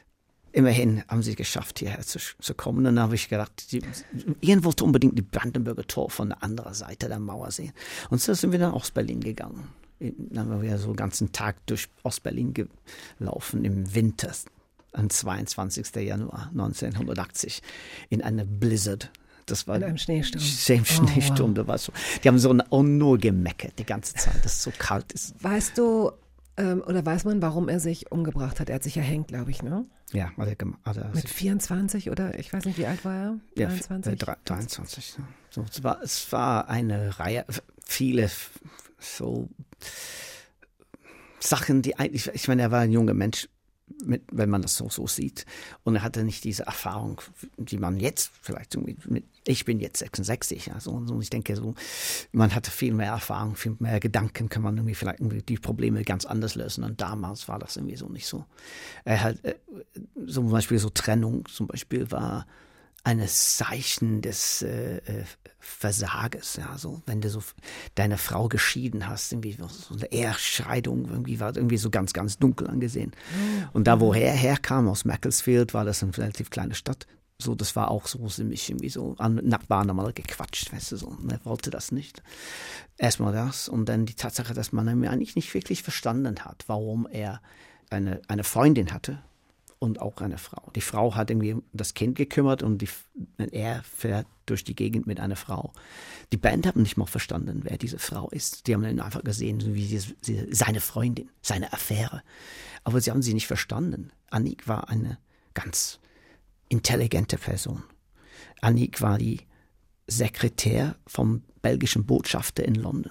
C: immerhin haben sie geschafft, hierher zu, zu kommen. Und dann habe ich gedacht, die, Ian wollte unbedingt die Brandenburger Tor von der anderen Seite der Mauer sehen. Und so sind wir nach Ostberlin gegangen. Dann haben wir so einen ganzen Tag durch Ostberlin gelaufen im Winter, am zweiundzwanzigsten Januar neunzehnhundertachtzig, in einer Blizzard. Das war
B: in einem Schneesturm.
C: Im Schneesturm,
B: Oh, wow.
C: da war so. Die haben so oh, nur gemeckert die ganze Zeit, dass es so kalt ist.
B: Weißt du, ähm, oder weiß man, warum er sich umgebracht hat? Er hat sich erhängt, glaube ich, ne?
C: Ja, hat er, gem- hat er
B: Mit vierundzwanzig oder ich weiß nicht, wie alt war er?
C: ja,
B: dreiundzwanzig?
C: äh, drei- dreiundzwanzig. Ja. So, es, war, es war eine Reihe, viele so Sachen, die eigentlich, ich meine, er war ein junger Mensch, mit, wenn man das so, so sieht. Und er hatte nicht diese Erfahrung, die man jetzt vielleicht, so mit, mit, ich bin jetzt sechsundsechzig, also, und ich denke so, man hatte viel mehr Erfahrung, viel mehr Gedanken, kann man irgendwie vielleicht irgendwie die Probleme ganz anders lösen. Und damals war das irgendwie so nicht so. Er hat, äh, so zum Beispiel so Trennung, zum Beispiel war ein Zeichen des äh, Versages, ja, so wenn du so deine Frau geschieden hast, irgendwie so eine Ehescheidung, irgendwie war irgendwie so ganz, ganz dunkel angesehen. Und da, wo er herkam, aus Macclesfield, war das eine relativ kleine Stadt. So, das war auch so ziemlich irgendwie so an Nachbarn einmal gequatscht, weißt du, so. Und er wollte das nicht. Erstmal das und dann die Tatsache, dass man ihn eigentlich nicht wirklich verstanden hat, warum er eine, eine Freundin hatte. Und auch eine Frau. Die Frau hat irgendwie das Kind gekümmert und die, er fährt durch die Gegend mit einer Frau. Die Band hat nicht mal verstanden, wer diese Frau ist. Die haben ihn einfach gesehen, wie sie, sie, seine Freundin, seine Affäre. Aber sie haben sie nicht verstanden. Annick war eine ganz intelligente Person. Annick war die Sekretär vom belgischen Botschafter in London.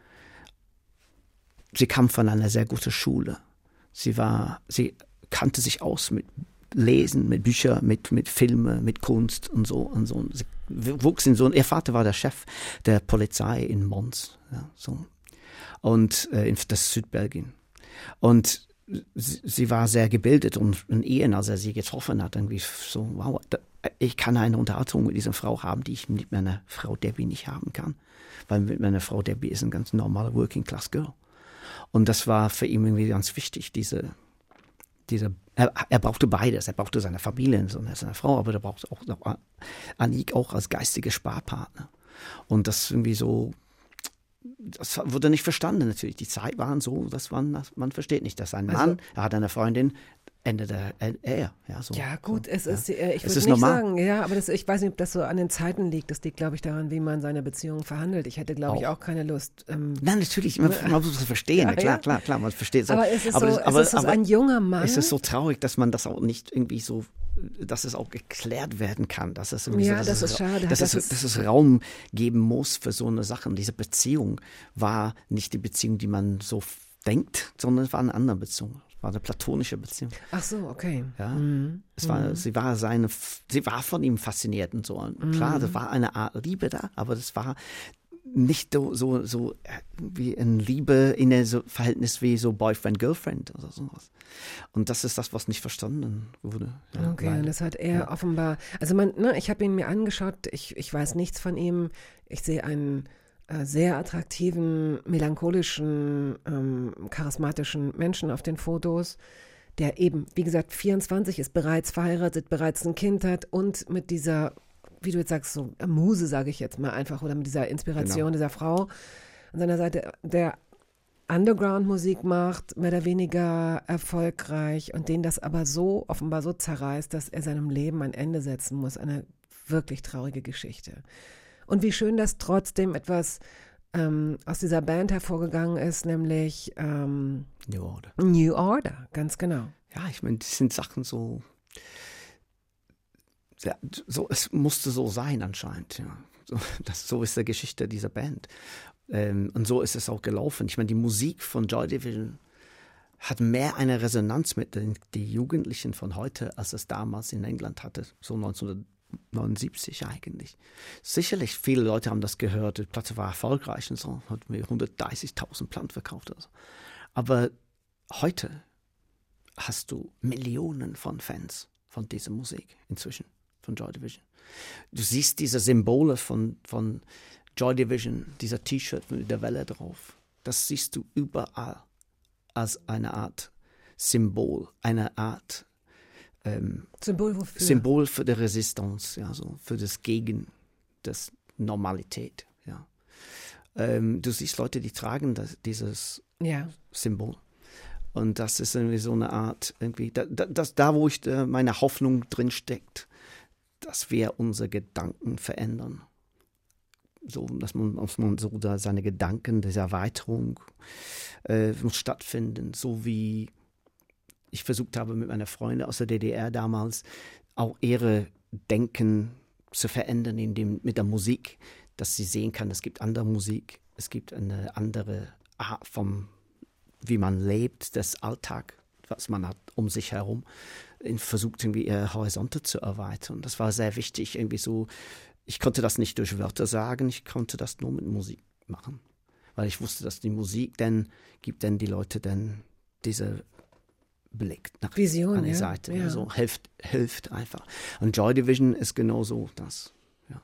C: Sie kam von einer sehr guten Schule. Sie war, sie kannte sich aus mit Lesen, mit Büchern, mit, mit Filmen, mit Kunst und so. Und so. Sie wuchs in so. Ihr Vater war der Chef der Polizei in Mons, ja, so. Und äh, in das Südbelgien. Und sie, sie war sehr gebildet und in Ehen, als er sie getroffen hat, irgendwie so, wow, da, ich kann eine Unterhaltung mit dieser Frau haben, die ich mit meiner Frau Debbie nicht haben kann. Weil mit meiner Frau Debbie ist ein ganz normaler Working-Class-Girl. Und das war für ihn irgendwie ganz wichtig, diese Diese, er, er brauchte beides. Er brauchte seine Familie und seine Frau, aber er brauchte auch noch Annick auch als geistige Sparpartner. Und das irgendwie so, das wurde nicht verstanden natürlich. Die Zeit waren so, dass man, man versteht nicht, dass ein Mann,
B: Also,
C: er hat eine Freundin, endet er, er ja, so.
B: Ja gut,
C: so,
B: es
C: ja.
B: ist, äh, ich
C: Es
B: würde
C: ist
B: nicht
C: normal.
B: sagen, ja, aber das, ich weiß nicht, ob das so an den Zeiten liegt. Das liegt, glaube ich, daran, wie man seine Beziehung verhandelt. Ich hätte, glaube ich,
C: Auch.
B: auch keine Lust. Ähm,
C: Nein, natürlich, man, man muss es verstehen,
B: Ja,
C: klar,
B: ja.
C: klar, klar, man versteht es.
B: aber es ist
C: aber
B: so,
C: das- aber,
B: es ist
C: aber,
B: ein junger Mann.
C: Es ist so traurig, dass man das auch nicht irgendwie so, dass es auch geklärt werden kann. Dass es irgendwie
B: Ja,
C: so,
B: das
C: dass
B: ist
C: es,
B: schade.
C: Dass,
B: Das
C: es,
B: ist-
C: dass es Raum geben muss für so eine Sache. Und diese Beziehung war nicht die Beziehung, die man so f- denkt, sondern es war eine andere Beziehung. Es war eine platonische Beziehung.
B: Ach so, okay.
C: Ja.
B: Mhm.
C: Es war, sie war seine, sie war von ihm fasziniert und so. Und klar, da war eine Art Liebe da, aber das war nicht so, so, so äh, wie ein Liebe in einem so Verhältnis wie so Boyfriend-Girlfriend oder sowas. Und das ist das, was nicht verstanden wurde. Ja,
B: Okay,
C: leider.
B: und das hat er
C: Ja.
B: offenbar, also man, ne, ich habe ihn mir angeschaut, ich, ich weiß nichts von ihm. Ich sehe einen äh, sehr attraktiven, melancholischen, ähm, charismatischen Menschen auf den Fotos, der eben, wie gesagt, vierundzwanzig ist, bereits verheiratet, bereits ein Kind hat und mit dieser, wie du jetzt sagst, so äh, Muse, sage ich jetzt mal einfach, oder mit dieser Inspiration
C: Genau.
B: dieser Frau an seiner Seite, der Underground-Musik macht, mehr oder weniger erfolgreich und den das aber so offenbar so zerreißt, dass er seinem Leben ein Ende setzen muss. Eine wirklich traurige Geschichte. Und wie schön, dass trotzdem etwas ähm, aus dieser Band hervorgegangen ist, nämlich ähm,
C: New Order.
B: New Order, ganz genau.
C: Ja, ich meine, das sind Sachen so, ja, so, es musste so sein anscheinend, ja. So, das, so ist die Geschichte dieser Band. Ähm, und so ist es auch gelaufen. Ich meine, die Musik von Joy Division hat mehr eine Resonanz mit den die Jugendlichen von heute, als es damals in England hatte, so neunzehnhundertneunundsiebzig eigentlich. Sicherlich, viele Leute haben das gehört, die Platte war erfolgreich und so, hat mir hundertdreißigtausend Platten verkauft oder so. Aber heute hast du Millionen von Fans von dieser Musik inzwischen, von Joy Division. Du siehst diese Symbole von, von Joy Division, dieser T-Shirt mit der Welle drauf. Das siehst du überall als eine Art Symbol, eine Art ähm,
B: Symbol wofür?
C: Symbol für die Resistance, ja, so für das Gegen, das Normalität, ja. Ähm, du siehst Leute, die tragen das, dieses
B: Ja.
C: Symbol. Und das ist irgendwie so eine Art, irgendwie, da, da, das, da wo ich äh, meine Hoffnung drin steckt, dass wir unsere Gedanken verändern. So, dass man, dass man so da seine Gedanken, diese Erweiterung äh, muss stattfinden, so wie ich versucht habe mit meiner Freundin aus der D D R damals auch ihre Denken zu verändern, indem mit der Musik, dass sie sehen kann, es gibt andere Musik, es gibt eine andere Art vom, wie man lebt, das Alltag, was man hat um sich herum, versucht irgendwie ihre Horizonte zu erweitern. Das war sehr wichtig, irgendwie so. Ich konnte das nicht durch Wörter sagen, ich konnte das nur mit Musik machen, weil ich wusste, dass die Musik dann gibt dann die Leute dann diese Blick nach
B: Vision,
C: an die
B: ja.
C: Seite,
B: Ja.
C: so hilft hilft einfach. Und Joy Division ist genauso das. Ja.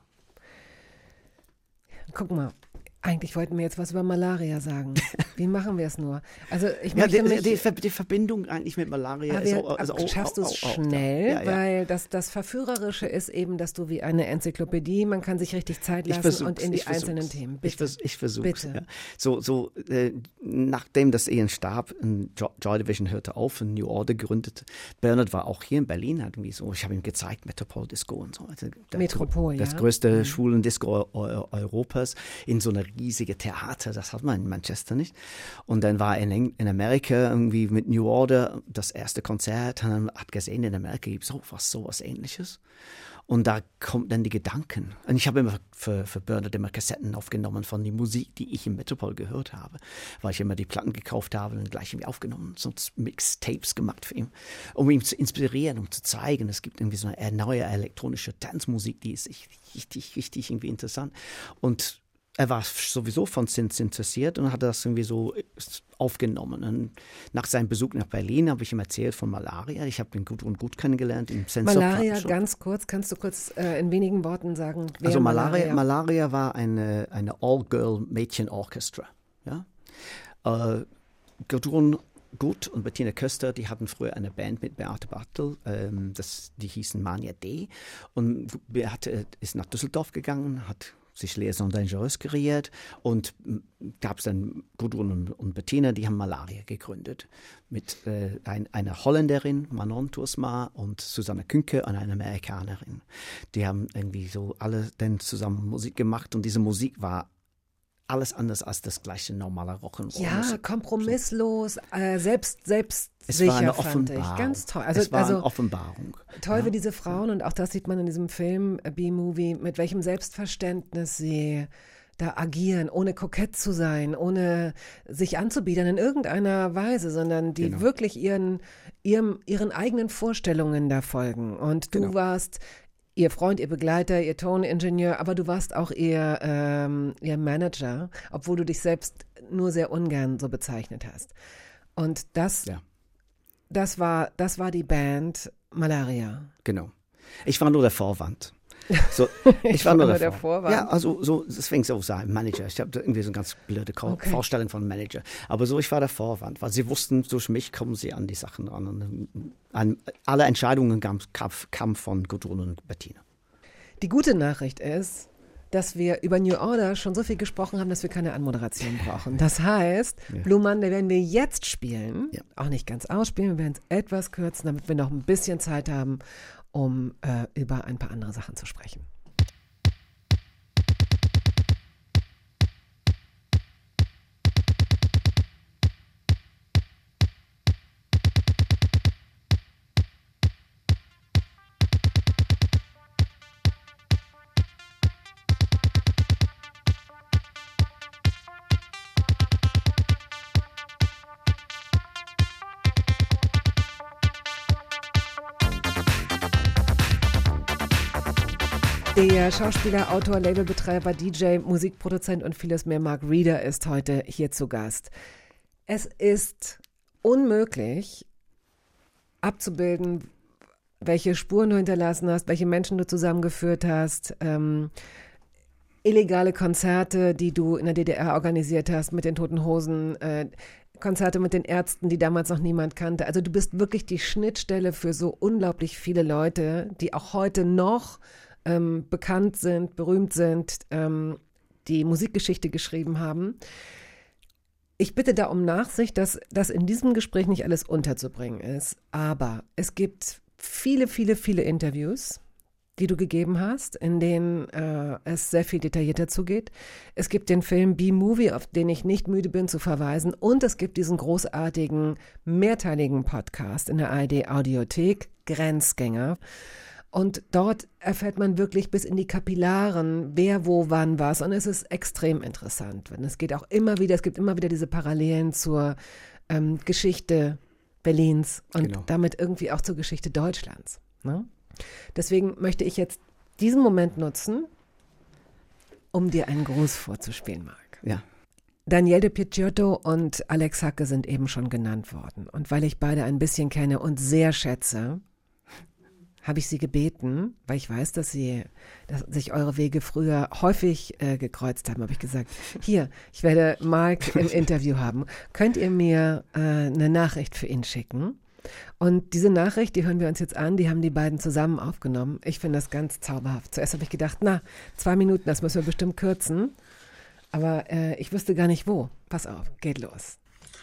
B: Guck mal, eigentlich wollten wir jetzt was über Malaria sagen. Wie machen wir es nur? Also ich
C: Ja,
B: möchte
C: die,
B: mich...
C: die, Ver- die Verbindung eigentlich mit Malaria
B: Aber
C: ist
B: wir,
C: auch, ist auch,
B: schaffst du es
C: auch, auch,
B: schnell,
C: ja, ja.
B: weil das, das Verführerische ist eben, dass du wie eine Enzyklopädie, man kann sich richtig Zeit
C: Ich
B: lassen
C: versuch's,
B: und in die
C: ich versuch's.
B: einzelnen Themen.
C: Ich,
B: Bitte.
C: vers ich versuche es.
B: Bitte.
C: Ja. So, so äh, nachdem das Ian starb, jo Joy Division hörte auf und New Order gründete. Bernard war auch hier in Berlin, hat irgendwie so, ich habe ihm gezeigt, Metropol Disco und so. Also der,
B: Metropol,
C: Das
B: ja.
C: größte
B: Mhm.
C: schwulen Disco Eu Europas in so einer riesigen Theater, das hat man in Manchester nicht. Und dann war er in, Eng in Amerika irgendwie mit New Order das erste Konzert und dann hat gesehen, in Amerika gibt es auch was, sowas Ähnliches. Und da kommt dann die Gedanken. Und ich habe immer für, für Bernard immer Kassetten aufgenommen von der Musik, die ich im Metropol gehört habe, weil ich immer die Platten gekauft habe und gleich irgendwie aufgenommen, so Mixtapes gemacht für ihn, um ihn zu inspirieren, um zu zeigen, es gibt irgendwie so eine neue elektronische Tanzmusik, die ist richtig, richtig irgendwie interessant. Und er war sowieso von Synths interessiert und hat das irgendwie so aufgenommen. Und nach seinem Besuch nach Berlin habe ich ihm erzählt von Malaria. Ich habe ihn gut und gut kennengelernt im Sense
B: Malaria,
C: of
B: ganz kurz, kannst du kurz äh, in wenigen Worten sagen, wer
C: Also Malaria,
B: Malaria?
C: Malaria war eine, eine All-Girl-Mädchen-Orchestra. Ja? Äh, Gudrun Gut und Bettina Köster, die hatten früher eine Band mit Beate Bartel, ähm, das, die hießen Mania D. Und Beate ist nach Düsseldorf gegangen, hat sich Liaison Dangereuse kreiert und gab es dann Gudrun und, und Bettina, die haben Malaria gegründet. Mit äh, ein, einer Holländerin, Manon Toersma, und Susanne Künke und einer Amerikanerin. Die haben irgendwie so alle dann zusammen Musik gemacht und diese Musik war alles anders als das gleiche normale Rock'n'Roll.
B: Ja, kompromisslos, äh, selbst, selbst
C: Es
B: sicher,
C: war eine
B: fand ich.
C: Offenbarung.
B: Ganz toll. Also,
C: es war
B: also
C: eine Offenbarung.
B: toll
C: Ja.
B: wie diese Frauen, und auch das sieht man in diesem Film, äh, B-Movie, mit welchem Selbstverständnis sie da agieren, ohne kokett zu sein, ohne sich anzubiedern in irgendeiner Weise, sondern die
C: Genau.
B: wirklich ihren, ihrem, ihren eigenen Vorstellungen da folgen. Und du
C: Genau.
B: warst ihr Freund, ihr Begleiter, ihr Toningenieur, aber du warst auch ihr, ähm, ihr Manager, obwohl du dich selbst nur sehr ungern so bezeichnet hast. Und das,
C: Ja.
B: das war, das war die Band Malaria.
C: Genau. Ich war nur der Vorwand. So, ich,
B: Ich
C: war nur
B: war
C: der,
B: der
C: Vorwand.
B: Vorwand.
C: Ja, also so, deswegen so sein Manager. Ich habe irgendwie so eine ganz blöde Ko
B: Okay.
C: Vorstellung von Manager. Aber so, ich war der Vorwand, weil sie wussten, durch mich kommen sie an die Sachen ran. Und, an, alle Entscheidungen kamen kam von Gudrun und Bettina.
B: Die gute Nachricht ist, dass wir über New Order schon so viel gesprochen haben, dass wir keine Anmoderation brauchen. Das heißt,
C: Ja.
B: Blue Monday werden wir jetzt spielen,
C: Ja.
B: auch nicht ganz ausspielen, wir werden es etwas kürzen, damit wir noch ein bisschen Zeit haben, um äh, über ein paar andere Sachen zu sprechen. Der Schauspieler, Autor, Labelbetreiber, D J, Musikproduzent und vieles mehr, Mark Reeder, ist heute hier zu Gast. Es ist unmöglich abzubilden, welche Spuren du hinterlassen hast, welche Menschen du zusammengeführt hast. Ähm, illegale Konzerte, die du in der D D R organisiert hast mit den Toten Hosen, äh, Konzerte mit den Ärzten, die damals noch niemand kannte. Also du bist wirklich die Schnittstelle für so unglaublich viele Leute, die auch heute noch ähm, bekannt sind, berühmt sind, ähm, die Musikgeschichte geschrieben haben. Ich bitte da um Nachsicht, dass das in diesem Gespräch nicht alles unterzubringen ist. Aber es gibt viele, viele, viele Interviews, die du gegeben hast, in denen äh, es sehr viel detaillierter zugeht. Es gibt den Film B-Movie, auf den ich nicht müde bin zu verweisen. Und es gibt diesen großartigen, mehrteiligen Podcast in der A R D-Audiothek, Grenzgänger. Und dort erfährt man wirklich bis in die Kapillaren, wer wo wann was. Und es ist extrem interessant. Und es geht auch immer wieder, es gibt immer wieder diese Parallelen zur ähm, Geschichte Berlins und
C: Genau.
B: damit irgendwie auch zur Geschichte Deutschlands. Ne? Deswegen möchte ich jetzt diesen Moment nutzen, um dir einen Gruß vorzuspielen, Marc.
C: Ja.
B: Daniele De Picciotto und Alex Hacke sind eben schon genannt worden. Und weil ich beide ein bisschen kenne und sehr schätze, habe ich sie gebeten, weil ich weiß, dass sie, dass sich eure Wege früher häufig äh, gekreuzt haben, habe ich gesagt, hier, ich werde Marc im Interview haben. Könnt ihr mir äh, eine Nachricht für ihn schicken? Und diese Nachricht, die hören wir uns jetzt an, die haben die beiden zusammen aufgenommen. Ich finde das ganz zauberhaft. Zuerst habe ich gedacht, na, zwei Minuten, das müssen wir bestimmt kürzen. Aber äh, ich wüsste gar nicht wo. Pass auf, geht los.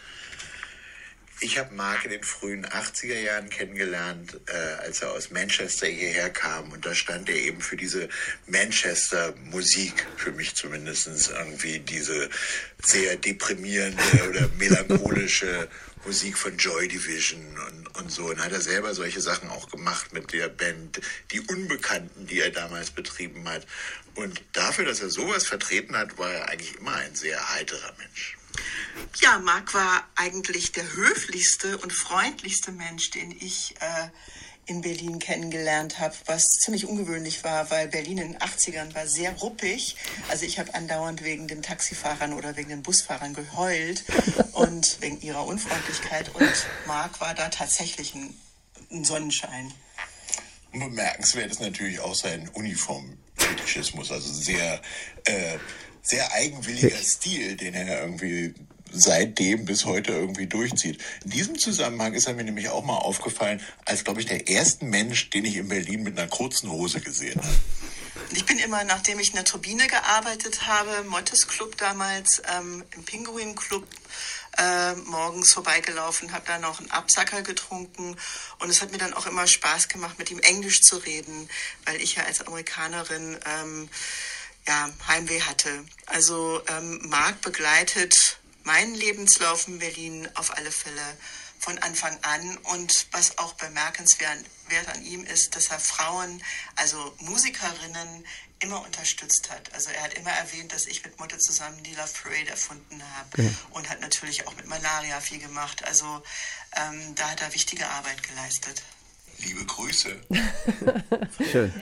F: Ich habe Marc in den frühen achtziger Jahren kennengelernt, äh, als er aus Manchester hierher kam. Und da stand er eben für diese Manchester-Musik, für mich zumindest irgendwie diese sehr deprimierende oder melancholische Musik von Joy Division und, und so. Und hat er selber solche Sachen auch gemacht mit der Band, die Unbekannten, die er damals betrieben hat. Und dafür, dass er sowas vertreten hat, war er eigentlich immer ein sehr heiterer Mensch.
G: Ja, Marc war eigentlich der höflichste und freundlichste Mensch, den ich äh, in Berlin kennengelernt habe, was ziemlich ungewöhnlich war, weil Berlin in den achtzigern war sehr ruppig. Also ich habe andauernd wegen den Taxifahrern oder wegen den Busfahrern geheult und wegen ihrer Unfreundlichkeit. Und Marc war da tatsächlich ein, ein Sonnenschein.
F: Und bemerkenswert ist natürlich auch sein Uniformfetischismus, also sehr... Äh, sehr eigenwilliger Stil, den er irgendwie seitdem bis heute irgendwie durchzieht. In diesem Zusammenhang ist er mir nämlich auch mal aufgefallen, als, glaube ich, der erste Mensch, den ich in Berlin mit einer kurzen Hose gesehen habe.
G: Ich bin immer, nachdem ich in der Turbine gearbeitet habe, Mottes Club damals, ähm, im Pinguin Club, äh, morgens vorbeigelaufen, habe da noch einen Absacker getrunken und es hat mir dann auch immer Spaß gemacht, mit ihm Englisch zu reden, weil ich ja als Amerikanerin ähm, ja, Heimweh hatte. Also ähm, Marc begleitet meinen Lebenslauf in Berlin auf alle Fälle von Anfang an. Und was auch bemerkenswert an ihm ist, dass er Frauen, also Musikerinnen, immer unterstützt hat. Also er hat immer erwähnt, dass ich mit Mutter zusammen die Love Parade erfunden habe. Okay. Und hat natürlich auch mit Malaria viel gemacht. Also ähm, da hat er wichtige Arbeit geleistet.
F: Liebe Grüße.
C: Schön.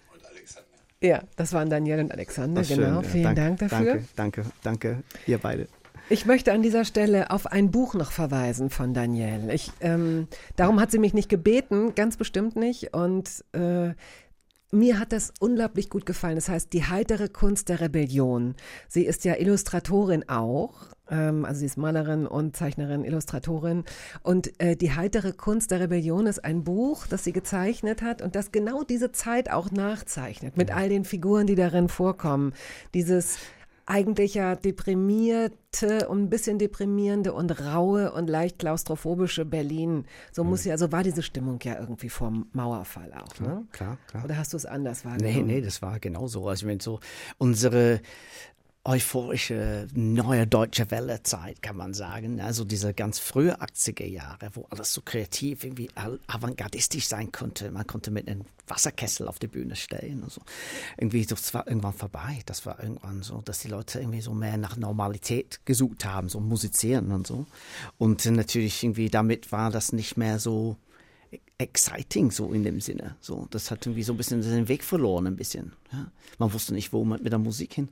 B: Ja, das waren Daniel und Alexander,
C: Schön,
B: genau.
C: ja.
B: Vielen
C: danke,
B: Dank dafür.
C: Danke, danke, danke, ihr beide.
B: Ich möchte an dieser Stelle auf ein Buch noch verweisen von Danielle. Ich, ähm, darum hat sie mich nicht gebeten, ganz bestimmt nicht. Und äh, mir hat das unglaublich gut gefallen. Das heißt, die heitere Kunst der Rebellion. Sie ist ja Illustratorin auch. Ähm, also sie ist Malerin und Zeichnerin, Illustratorin. Und äh, die heitere Kunst der Rebellion ist ein Buch, das sie gezeichnet hat und das genau diese Zeit auch nachzeichnet. Mit all den Figuren, die darin vorkommen. Dieses eigentlich ja deprimierte und ein bisschen deprimierende und raue und leicht klaustrophobische Berlin. So muss ja, so war diese Stimmung ja irgendwie vom Mauerfall auch, ne?
C: Klar, klar.
B: Oder hast du es anders wahrgenommen?
C: Nee, nee, das war genauso. Also wenn so unsere euphorische neue deutsche Welle-Zeit, kann man sagen. Also diese ganz frühe achtziger Jahre, wo alles so kreativ, irgendwie avantgardistisch sein konnte. Man konnte mit einem Wasserkessel auf die Bühne stellen und so. Irgendwie, das war irgendwann vorbei. Das war irgendwann so, dass die Leute irgendwie so mehr nach Normalität gesucht haben, so musizieren und so. Und natürlich irgendwie damit war das nicht mehr so exciting, so in dem Sinne. So, das hat irgendwie so ein bisschen den Weg verloren, ein bisschen. Ja. Man wusste nicht, wo man mit der Musik hin.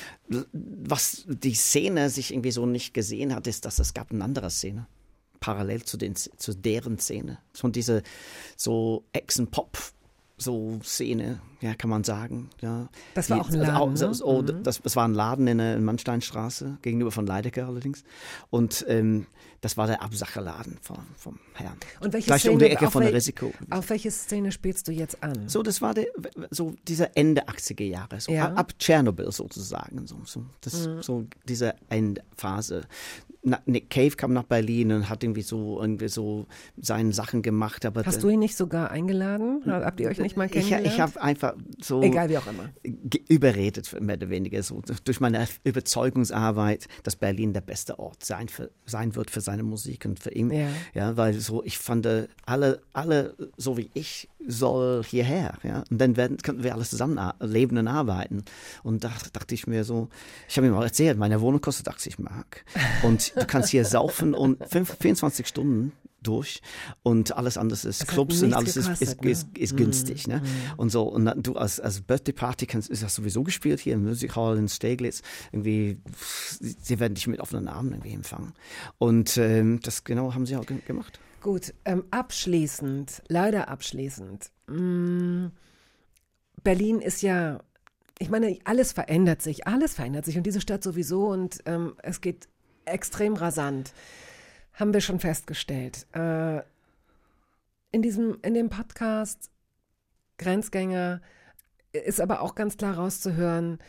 C: Was die Szene sich irgendwie so nicht gesehen hat, ist, dass es gab eine andere Szene, parallel zu, den, zu deren Szene. Von diese so Echsen-Pop so Szene, ja, kann man sagen. Ja.
B: Das war
C: Die,
B: auch ein Laden,
C: also,
B: ne?
C: so, oh,
B: Mhm.
C: das, das war ein Laden in der Mannsteinstraße, gegenüber von Leidecker allerdings. Und ähm, das war der Absacherladen vom, vom Herrn.
B: Und welche
C: Gleich
B: Szene,
C: um die Ecke
B: auf
C: von der
B: wel-
C: Risiko.
B: Auf welche Szene spielst du jetzt an?
C: So, das war der, so dieser Ende achtziger Jahre, so
B: Ja.
C: ab, ab Tschernobyl sozusagen, so, so, das,
B: Mhm.
C: so diese Endphase. Na, Nick Cave kam nach Berlin und hat irgendwie so irgendwie so seine Sachen gemacht, aber
B: Hast du ihn nicht sogar eingeladen? Habt ihr euch nicht mal
C: ich,
B: kennengelernt?
C: ich habe einfach so
B: Egal, wie auch immer.
C: ge- überredet, mehr oder weniger so durch meine Überzeugungsarbeit, dass Berlin der beste Ort sein, für, sein wird für seine Musik und für ihn.
B: Ja.
C: Ja, weil so ich fand äh, alle alle so wie ich soll hierher, ja, und dann werden könnten wir alle zusammen ar- leben und arbeiten. Und da dachte ich mir so, ich habe ihm auch erzählt, meine Wohnung kostet achtzig Mark und du kannst hier saufen und fünf, vierundzwanzig Stunden durch und alles andere ist
B: hat
C: Clubs und
B: nichts
C: alles ist,
B: gekostet,
C: ist,
B: ne?
C: ist, ist günstig, ne? Und so und dann, du als, als Birthday Party kannst, ist das sowieso gespielt hier im Music Hall in Steglitz. Irgendwie, sie werden dich mit offenen Armen irgendwie empfangen. Und ähm, das genau haben sie auch ge- gemacht.
B: Gut, ähm, abschließend, leider abschließend. Mm, Berlin ist ja, ich meine, alles verändert sich, alles verändert sich und diese Stadt sowieso und ähm, es geht extrem rasant, haben wir schon festgestellt. Äh, in diesem, in dem Podcast Grenzgänger ist aber auch ganz klar rauszuhören,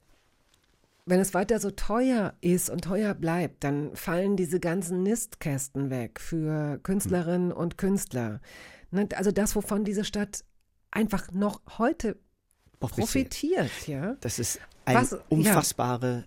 B: wenn es weiter so teuer ist und teuer bleibt, dann fallen diese ganzen Nistkästen weg für Künstlerinnen und Künstler. Ne, also das, wovon diese Stadt einfach noch heute profitiert, ja.
C: Das ist ein
B: Was- ja.
C: unfassbare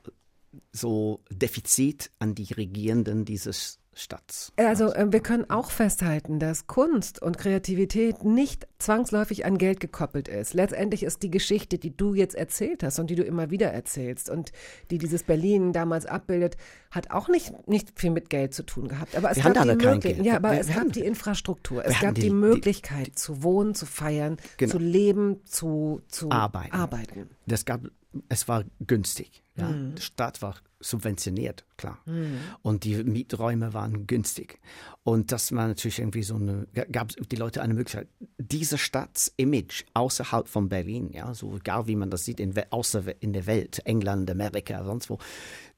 C: so Defizit an die Regierenden dieses Stadts.
B: Also äh, wir können auch festhalten, dass Kunst und Kreativität nicht zwangsläufig an Geld gekoppelt ist. Letztendlich ist die Geschichte, die du jetzt erzählt hast und die du immer wieder erzählst und die dieses Berlin damals abbildet, hat auch nicht, nicht viel mit Geld zu tun gehabt. Aber es
C: Wir
B: gab
C: hatten
B: die
C: alle kein
B: Möglichkeit,
C: Geld.
B: ja, aber
C: Wir-
B: es
C: wir
B: gab
C: hatten-
B: die Infrastruktur,
C: wir
B: es
C: hatten
B: gab die,
C: die- die-
B: Möglichkeit zu wohnen, zu feiern,
C: Genau.
B: zu leben, zu, zu
C: Arbeiten.
B: arbeiten.
C: Das gab, es war günstig. Ja.
B: Mhm.
C: Die Stadt war subventioniert, klar. Und die Mieträume waren günstig. Und das war natürlich irgendwie so eine, gab es die Leute eine Möglichkeit. Diese Stadts-Image außerhalb von Berlin, ja, so egal wie man das sieht, in, außer in der Welt, England, Amerika, sonst wo,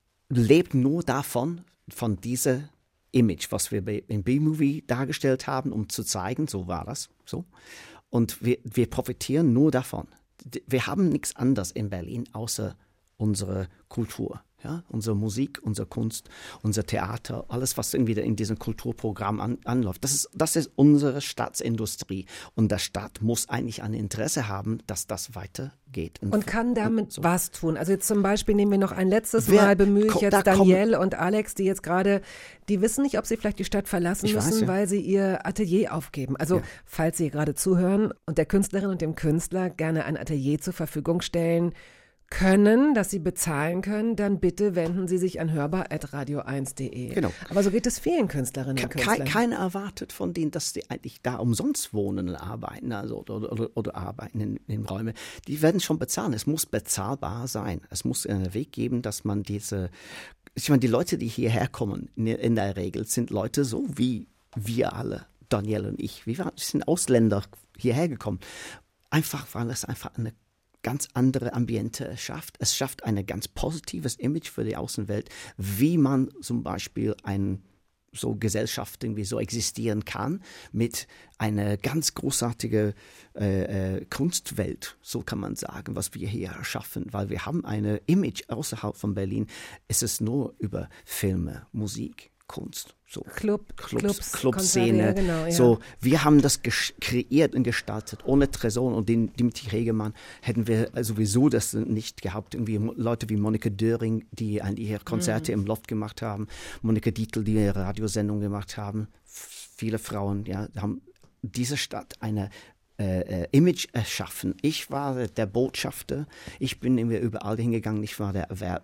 C: lebt nur davon, von dieser Image, was wir bei- im B-Movie dargestellt haben, um zu zeigen, so war das, so. Und wir, wir profitieren nur davon. D- Wir haben nichts anderes in Berlin außer unsere Kultur, ja, unsere Musik, unsere Kunst, unser Theater, alles, was irgendwie in diesem Kulturprogramm an, anläuft. Das ist, das ist unsere Staatsindustrie. Und der Staat muss eigentlich ein Interesse haben, dass das weitergeht.
B: Und kann damit
C: so.
B: was tun? Also jetzt zum Beispiel nehmen wir noch ein letztes
C: Wer-
B: Mal, bemühe ich
C: ko-
B: jetzt
C: da kommen-
B: Danielle und Alex, die jetzt gerade, die wissen nicht, ob sie vielleicht die Stadt verlassen
C: Ich weiß,
B: müssen,
C: ja.
B: weil sie ihr Atelier aufgeben. Also
C: Ja.
B: falls Sie gerade zuhören und der Künstlerin und dem Künstler gerne ein Atelier zur Verfügung stellen können, dass sie bezahlen können, dann bitte wenden Sie sich an hörbar at radio eins punkt de.
C: Genau.
B: Aber so geht es vielen Künstlerinnen und
C: Ke-
B: Künstlern.
C: Keiner erwartet von denen, dass die eigentlich da umsonst wohnen und arbeiten, also, oder, oder, oder arbeiten in, in Räumen. Die werden schon bezahlen. Es muss bezahlbar sein. Es muss einen Weg geben, dass man diese, ich meine, die Leute, die hierher kommen, in, in der Regel sind Leute so wie wir alle, Danielle und ich. Wir waren- sind Ausländer hierher gekommen. Einfach, weil es einfach eine ganz andere Ambiente schafft. Es schafft ein ganz positives Image für die Außenwelt, wie man zum Beispiel ein so Gesellschaft irgendwie so existieren kann mit einer ganz großartigen äh, äh, Kunstwelt, so kann man sagen, was wir hier schaffen, weil wir haben eine Image außerhalb von Berlin. Es ist nur über Filme, Musik, Kunst, so
B: Club,
C: Clubs,
B: Clubs,
C: Clubszene.
B: Konzerte, genau, ja.
C: So, wir haben das gesch- kreiert und gestaltet. Ohne Tresor und den Dimitri Hegemann hätten wir sowieso das nicht gehabt. Irgendwie Mo- Leute wie Monika Döring, die eigentlich ihre Konzerte
B: Mhm.
C: im Loft gemacht haben, Monika Dietl, die ihre Radiosendung gemacht haben. F- viele Frauen, ja, haben diese Stadt eine äh, äh, Image erschaffen. Ich war der Botschafter. Ich bin irgendwie überall hingegangen. Ich war der Wer-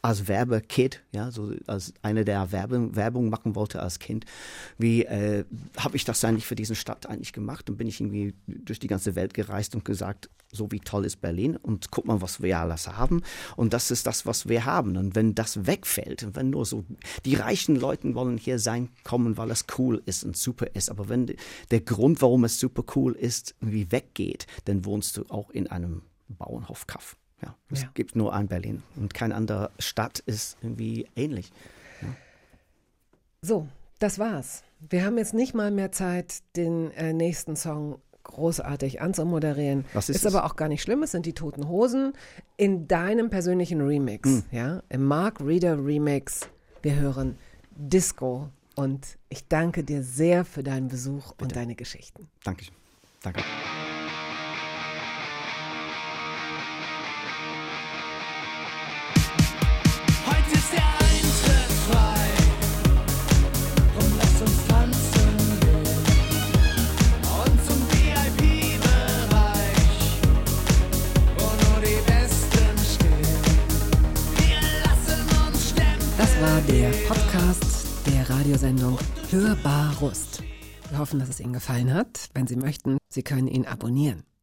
C: als Werbekid, ja, so als einer, der Werbung, Werbung machen wollte als Kind, wie äh, habe ich das eigentlich für diese Stadt eigentlich gemacht? Und bin ich irgendwie durch die ganze Welt gereist und gesagt, so wie toll ist Berlin und guck mal, was wir alles haben. Und das ist das, was wir haben. Und wenn das wegfällt, und wenn nur so die reichen Leute wollen hier sein, kommen, weil es cool ist und super ist, aber wenn der Grund, warum es super cool ist, irgendwie weggeht, dann wohnst du auch in einem Bauernhofkaff. Ja, es
B: Ja.
C: gibt nur ein Berlin und keine andere Stadt ist irgendwie ähnlich.
B: So, das war's. Wir haben jetzt nicht mal mehr Zeit, den äh, nächsten Song großartig anzumoderieren.
C: Was ist
B: ist
C: es?
B: aber auch gar nicht schlimm. Es sind die Toten Hosen in deinem persönlichen Remix.
C: Hm.
B: Ja, im Mark Reeder Remix. Wir hören Disco und ich danke dir sehr für deinen Besuch und deine Geschichten.
C: Dankeschön. Danke.
E: Heute ist der Eintritt frei. Komm, lass uns tanzen gehen. Und zum V I P-Bereich, wo nur die Besten stehen. Wir lassen uns stempeln.
B: Das war der Podcast der Radiosendung Hörbar Rust. Wir hoffen, dass es Ihnen gefallen hat. Wenn Sie möchten, Sie können ihn abonnieren.